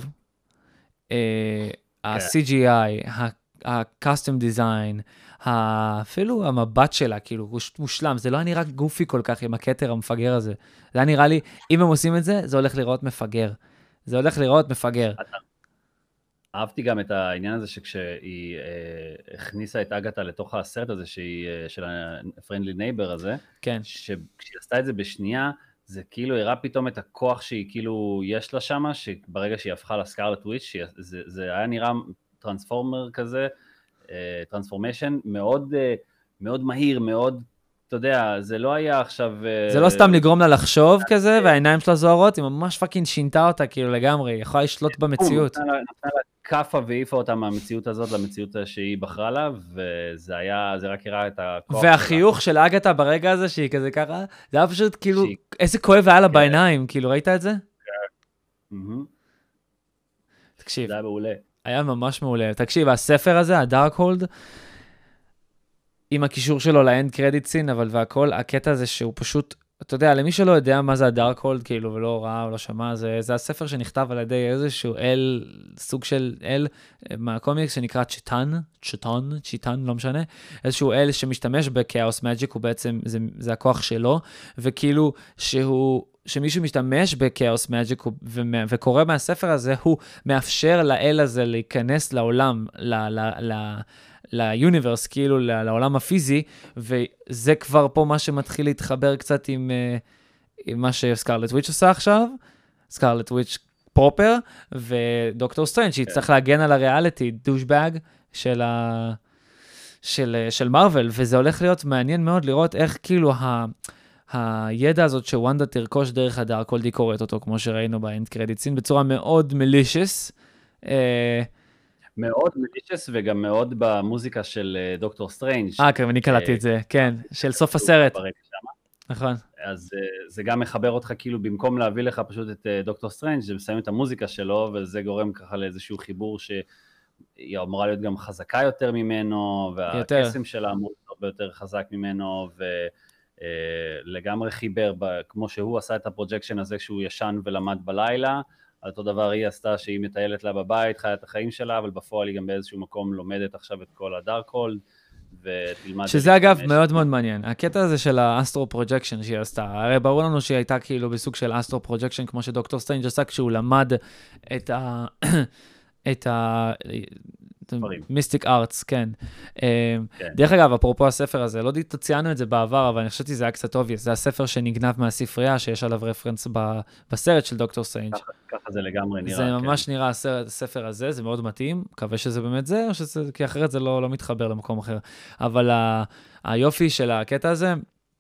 ה-CGI, ה-custom design, אפילו המבט שלה, כאילו, הוא מושלם. זה לא היה נראה גופי כל כך עם הכתר המפגר הזה. זה היה נראה לי, אם הם עושים את זה, זה הולך לראות מפגר. זה הולך לראות מפגר. אהבתי גם את העניין הזה שכשהיא הכניסה את אגתה לתוך הסרט הזה, שהיא של ה-Friendly Neighbor הזה, כן. כשהיא עשתה את זה בשנייה, זה כאילו הראה פתאום את הכוח שהיא כאילו יש לה שמה, שברגע שהיא הפכה לסקרלט וויץ', זה היה נראה טרנספורמר כזה, טרנספורמיישן מאוד, מאוד מהיר, מאוד, אתה יודע, זה לא היה עכשיו... זה לא סתם לגרום לה לחשוב כזה, והעיניים שלה זוהרות, היא ממש פאקינג שינתה אותה כאילו לגמרי, היא יכולה לשלוט במציאות. נתנה לה קפה והעיפה אותה מהמציאות הזאת למציאות שהיא בחרה לה, וזה היה, זה רק הראה את הכוח. והחיוך של אגתה ברגע הזה, שהיא כזה ככה, זה היה פשוט כאילו, איזה כואב היה לה בעיניים, כאילו ראית את זה? תקשיב. זה היה מעולה. היה ממש מעולה. תקשיב, הספר הזה, הדארקהולד, עם הקישור שלו לאנד קרדיט סין, אבל והכל, הקטע הזה שהוא פשוט, אתה יודע, למי שלא יודע מה זה הדארקהולד, כאילו, ולא ראה או לא שמע, זה הספר שנכתב על ידי איזשהו אל, סוג של אל, מהקומיקס שנקרא צ'יטן, לא משנה, איזשהו אל שמשתמש בקאוס מג'יק, הוא בעצם, זה הכוח שלו, וכאילו, שמישהו משתמש בקאוס מג'יק, וקורא מהספר הזה, הוא מאפשר לאל הזה להיכנס לעולם, ליוניברס, כאילו לעולם הפיזי, וזה כבר פה מה שמתחיל להתחבר קצת עם מה שסקרלט וויץ' עושה עכשיו, סקרלט וויץ' פרופר, ודוקטור סטרנג' שיצטרך להגן על הריאליטי, דושבאג של מרוול, וזה הולך להיות מעניין מאוד לראות איך כאילו הידע הזאת שוונדה תרכוש דרך הדארקהולד היא קוראת אותו, כמו שראינו באנד קרדיט סין, בצורה מאוד מלישס, מאוד מלישס וגם מאוד במוזיקה של דוקטור סטרנג'. כן, אני קלטתי את זה, כן, של סוף הסרט. נכון. אז זה גם מחבר אותך, כאילו במקום להביא לך פשוט את דוקטור סטרנג', זה מסיים את המוזיקה שלו, וזה גורם ככה לאיזשהו חיבור שהיא אמורה להיות גם חזקה יותר ממנו, והקסם שלה אמור להיות הרבה יותר חזק ממנו, ולגמרי חיבר, כמו שהוא עשה את הפרוג'קשן הזה, שהוא ישן ולמד בלילה, על אותו דבר היא עשתה שהיא מטיילת לה בבית, חיה את החיים שלה, אבל בפועל היא גם באיזשהו מקום לומדת עכשיו את כל הדארקהולד, ותלמד... שזה אגב מאוד מאוד מעניין. הקטע הזה של האסטרו פרוג'קשן שהיא עשתה, הרי ברור לנו שהיא הייתה כאילו בסוג של אסטרו פרוג'קשן, כמו שדוקטור סטרנג' עשה כשהוא למד את מיסטיק ארטס, כן. דרך אגב, אפרופו הספר הזה, לא ציינו את זה בעבר, אבל אני חושבתי שזה היה קצת אובייס, זה הספר שנגנב מהספרייה, שיש עליו רפרנס בסרט של דוקטור סטרנג'. ככה זה לגמרי נראה. זה ממש נראה הספר הזה, זה מאוד מתאים, מקווה שזה באמת זה, או שזה, כי אחרת זה לא מתחבר למקום אחר. אבל היופי של הקטע הזה,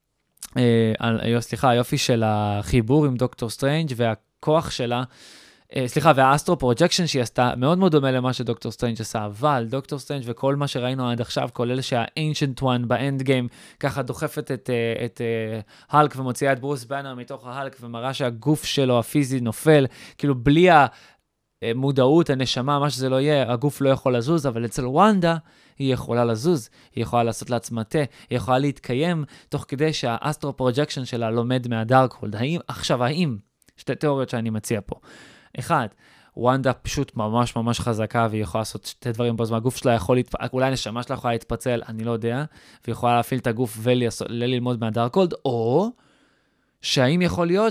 היופי של החיבור עם דוקטור סטרנג' והכוח שלה, והאסטרו פרוג'קשן שהיא עשתה מאוד מאוד דומה למה שדוקטור סטרנג' עשה, אבל דוקטור סטרנג' וכל מה שראינו עד עכשיו, כולל שה-Ancient One באנד גיים, ככה דוחפת את הלק ומוציאה את ברוס בנר מתוך ההלק, ומראה שהגוף שלו הפיזי נופל, כאילו בלי המודעות, הנשמה, מה שזה לא יהיה, הגוף לא יכול לזוז, אבל אצל וונדה היא יכולה לזוז, היא יכולה לעשות לעצמה תה, היא יכולה להתקיים, תוך כדי שהאסטרו פרוג'קשן שלה לומד מהדארקהולד. האם, שתי תיאוריות שאני מציע פה. אחד, וונדה פשוט ממש ממש חזקה, והיא יכולה לעשות שתי דברים בו זמן, הגוף שלה יכול אולי הנשמה שלה יכולה להתפצל, אני לא יודע, והיא יכולה להפעיל את הגוף וללמוד מהדארקהולד, או שהאם יכול להיות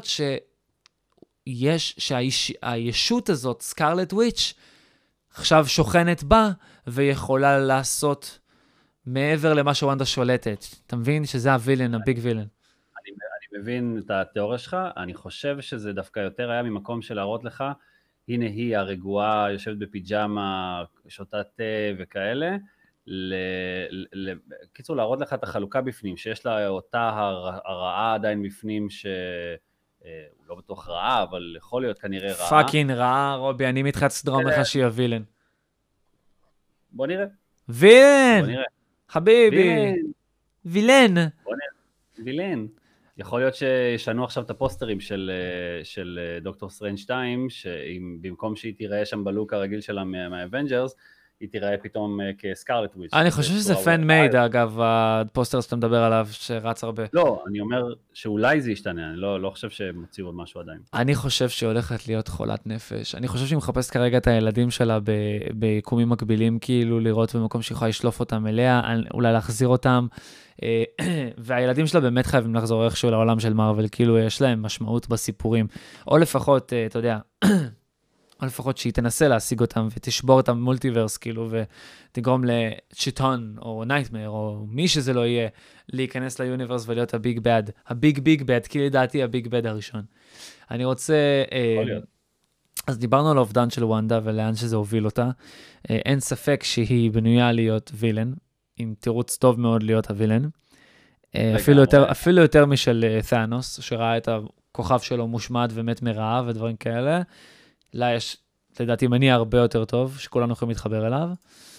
שהישות הזאת, סקרלט וויץ', עכשיו שוכנת בה, ויכולה לעשות מעבר למה שוונדה שולטת. אתה מבין שזה הווילן, הביג וילן? אני מבין את התיאוריה שלך, אני חושב שזה דווקא יותר היה ממקום של להראות לך, הנה היא הרגועה, יושבת בפיג'מה, שותה תה וכאלה, קיצור להראות לך את החלוקה בפנים, שיש לה אותה הרעה עדיין בפנים הוא לא בטוח רעה, אבל יכול להיות כנראה רעה. פאקינג רעה, רובי, אני מתחץ דרום לך שהיא הווילן. בוא נראה. וילן! בוא נראה. חביבי! וילן! בוא נראה. וילן. יכול להיות שישנו עכשיו את הפוסטרים של דוקטור סטרנג' 2, שבמקום שהיא תיראה שם בלוק הרגיל שלה מהאבנג'רס, היא תיראה פתאום כסקרלט וויץ'. אני חושב שזה פן מייד, אגב, הפוסטר שאתה מדבר עליו, שרץ הרבה. לא, אני אומר שאולי זה ישתנה, אני לא חושב שהם הוציאו עוד משהו עדיין. אני חושב שהיא הולכת להיות חולת נפש. אני חושב שהיא מחפשת כרגע את הילדים שלה ביקומים מקבילים, כאילו לראות במקום שהיא יכולה לשלוף אותם אליה, אולי להחזיר אותם, והילדים שלה באמת חייבים לחזור איכשהו לעולם של מארוול, כאילו יש להם משמעות בסיפורים, או לפחות, אתה יודע, או לפחות שהיא תנסה להשיג אותם ותשבור את המולטיברס, כאילו, ותגרום לשיטון או נייטמר או מי שזה לא יהיה, להיכנס ליוניברס ולהיות הביג בד. הביג בד, כי לדעתי הביג בד הראשון. אני רוצה... אז דיברנו על האובדן של וונדה ולאן שזה הוביל אותה. אין ספק שהיא בנויה להיות וילן, עם תירוץ טוב מאוד להיות הווילן. אפילו יותר משל ת'אנוס, שראה את הכוכב שלו מושמד ומת מרעב ודברים כאלה. לה יש, לדעתי, מניע הרבה יותר טוב, שכולנו יכולים להתחבר אליו.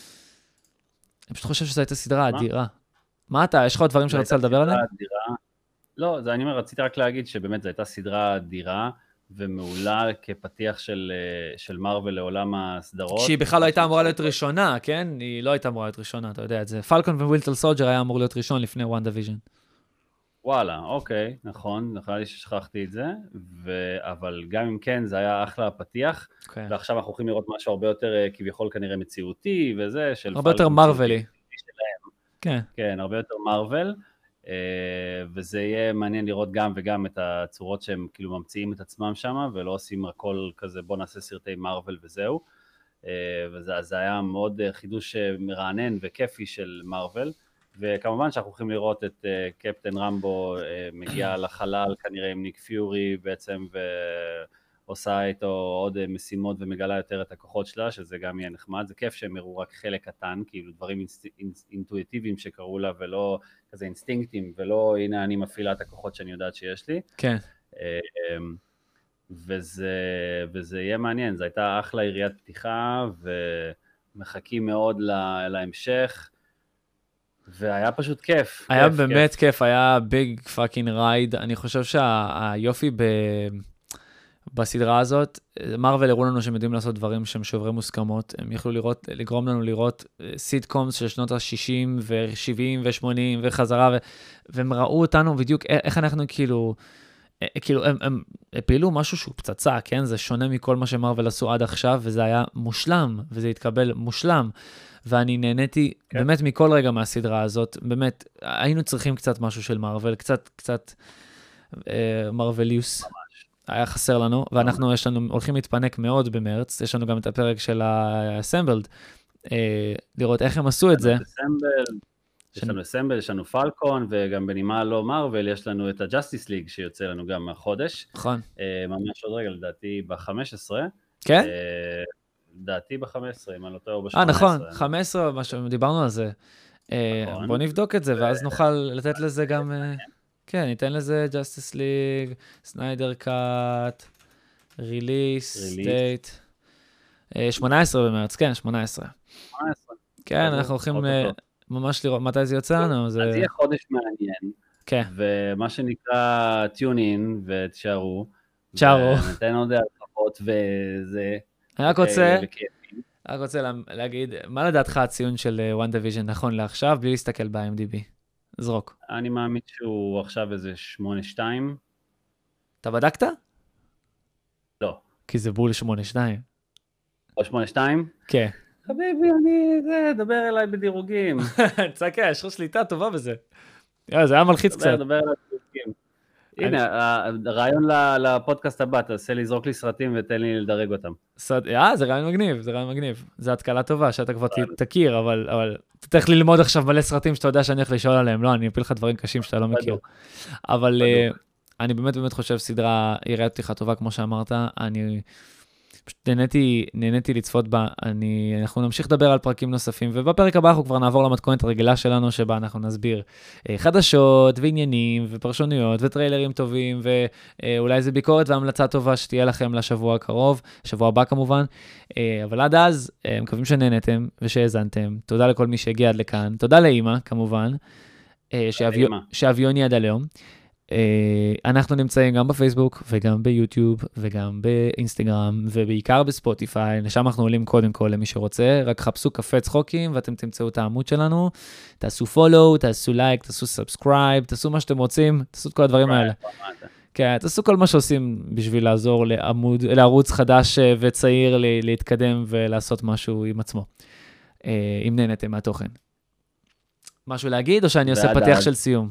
אני פשוט חושב שזו הייתה סדרה אדירה. מה אתה? יש לך עוד דברים שרצה לדבר עליהם? לא, אני אומר, רציתי רק להגיד שבאמת זו הייתה סדרה אדירה, ומעולה כפתיח של מארוול לעולם הסדרות. שהיא בכלל לא הייתה אמורה להיות ראשונה, כן? היא לא הייתה אמורה להיות ראשונה, אתה יודע את זה. פלקון ווינטר סולג'ר היה אמור להיות ראשון לפני וונדה ויז'ן. וואלה, אוקיי, נכון, נראה לי ששכחתי את זה, אבל גם אם כן, זה היה אחלה הפתיח, ועכשיו אנחנו הולכים לראות משהו הרבה יותר כביכול כנראה מציאותי, וזה של... הרבה יותר מארוול-y. כן, הרבה יותר מארוול, וזה יהיה מעניין לראות גם וגם את הצורות שהם כאילו ממציאים את עצמם שם, ולא עושים הכל כזה, בוא נעשה סרטי מארוול וזהו, וזה היה מאוד חידוש מרענן וכיפי של מארוול, וכמובן שאנחנו הולכים לראות את קפטן רמבו מגיע לחלל כנראה עם ניק פיורי בעצם ועושה איתו עוד משימות ומגלה יותר את הכוחות שלה, שזה גם יהיה נחמד. זה כיף שהם הראו רק חלק קטן, כאילו דברים אינטואיטיביים שקראו לה ולא כזה אינסטינקטים, ולא הנה אני מפעילה את הכוחות שאני יודעת שיש לי. כן. וזה יהיה מעניין, זו הייתה אחלה יריית פתיחה ומחכים מאוד להמשך. והיה פשוט כיף. היה באמת כיף, היה ביג פאקינג רייד. אני חושב שהיופי בסדרה הזאת, מארוול הראו לנו שהם יודעים לעשות דברים שהם שוברי מוסכמות, הם יכלו לגרום לנו לראות סיטקומס של שנות ה-60 ו-70 ו-80 וחזרה, והם ראו אותנו בדיוק איך אנחנו כאילו הם הפעילו משהו שהוא פצצה, כן? זה שונה מכל מה שמארוול עשו עד עכשיו, וזה היה מושלם, וזה התקבל מושלם. ואני נהניתי באמת מכל רגע מהסדרה הזאת, באמת, היינו צריכים קצת משהו של מארוול, קצת מארווליוס, היה חסר לנו, ואנחנו הולכים להתפנק מאוד במרץ, יש לנו גם את הפרק של ה-Assembled, לראות איך הם עשו את זה. יש לנו Assembled, יש לנו פלקון, וגם בנימה לא מארוול, יש לנו את ה-Justice League שיוצא לנו גם מהחודש. נכון. ממש עוד רגע, לדעתי ב-15. כן? דעתי ב-15, אם אני לא טועה, או ב-18. נכון, 15, דיברנו על זה. בוא נבדוק את זה, ואז נוכל לתת לזה גם... כן, ניתן לזה Justice League, Snyder Cut, Release, Date. 18 במרץ, כן, 18. 18. כן, אנחנו הולכים ממש לראות מתי זה יוצא לנו. אז יהיה חודש מעניין. כן. ומה שנקרא טיון אין, ותשארו. תשארו. ניתן עוד הרחבות וזה... אני רק רוצה להגיד, מה לדעתך הציון של וואן דיוויז'ן נכון לעכשיו, בלי להסתכל ב-IMDb? זרוק. אני מאמין שהוא עכשיו איזה 8-2. אתה בדקת? לא. כי זה בול 8-2. או 8-2? כן. חביבי, דבר אליי בדירוגים. צעקה, יש לך שליטה טובה בזה. זה היה מלחיץ קצת. דבר אליי בדירוגים. הנה, הרעיון לפודקאסט הבא, תעשה לי, זרוק לי סרטים ותן לי לדרג אותם. זה רעיון מגניב. זה התקלה טובה, שאתה כבר תכיר, אבל אתה צריך ללמוד עכשיו מלא סרטים שאתה יודע שאני הולך לשאול עליהם. לא, אני אפיל לך דברים קשים שאתה לא מכיר. אבל אני באמת חושב סדרה, היא ראית פתיחה טובה, כמו שאמרת, אני פשוט נהניתי לצפות בה, אנחנו נמשיך לדבר על פרקים נוספים, ובפרק הבא אנחנו כבר נעבור למתכונת הרגילה שלנו, שבה אנחנו נסביר חדשות ועניינים ופרשוניות וטריילרים טובים, ואולי איזה ביקורת והמלצה טובה שתהיה לכם לשבוע הקרוב, שבוע הבא כמובן, אבל עד אז, מקווים שנהנתם ושהאזנתם, תודה לכל מי שהגיע עד לכאן, תודה לאמא כמובן, שאביוני עד הלאום, אנחנו נמצאים גם בפייסבוק וגם ביוטיוב וגם באינסטגרם ובעיקר בספוטיפיי, לשם אנחנו עולים קודם כל למי שרוצה, רק חפשו קפה צחוקים ואתם תמצאו את העמוד שלנו, תעשו פולו, תעשו לייק, תעשו סאבסקרייב, תעשו מה שאתם רוצים, תעשו את כל הדברים האלה. כן, תעשו כל מה שעושים בשביל לעזור לערוץ חדש וצעיר להתקדם ולעשות משהו עם עצמו, אם נהנתם מהתוכן. משהו להגיד או שאני עושה פתיח של סיום?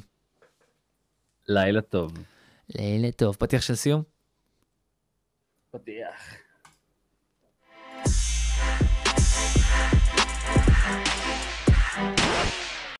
לילה טוב. לילה טוב. פתיח של סיום? פתיח.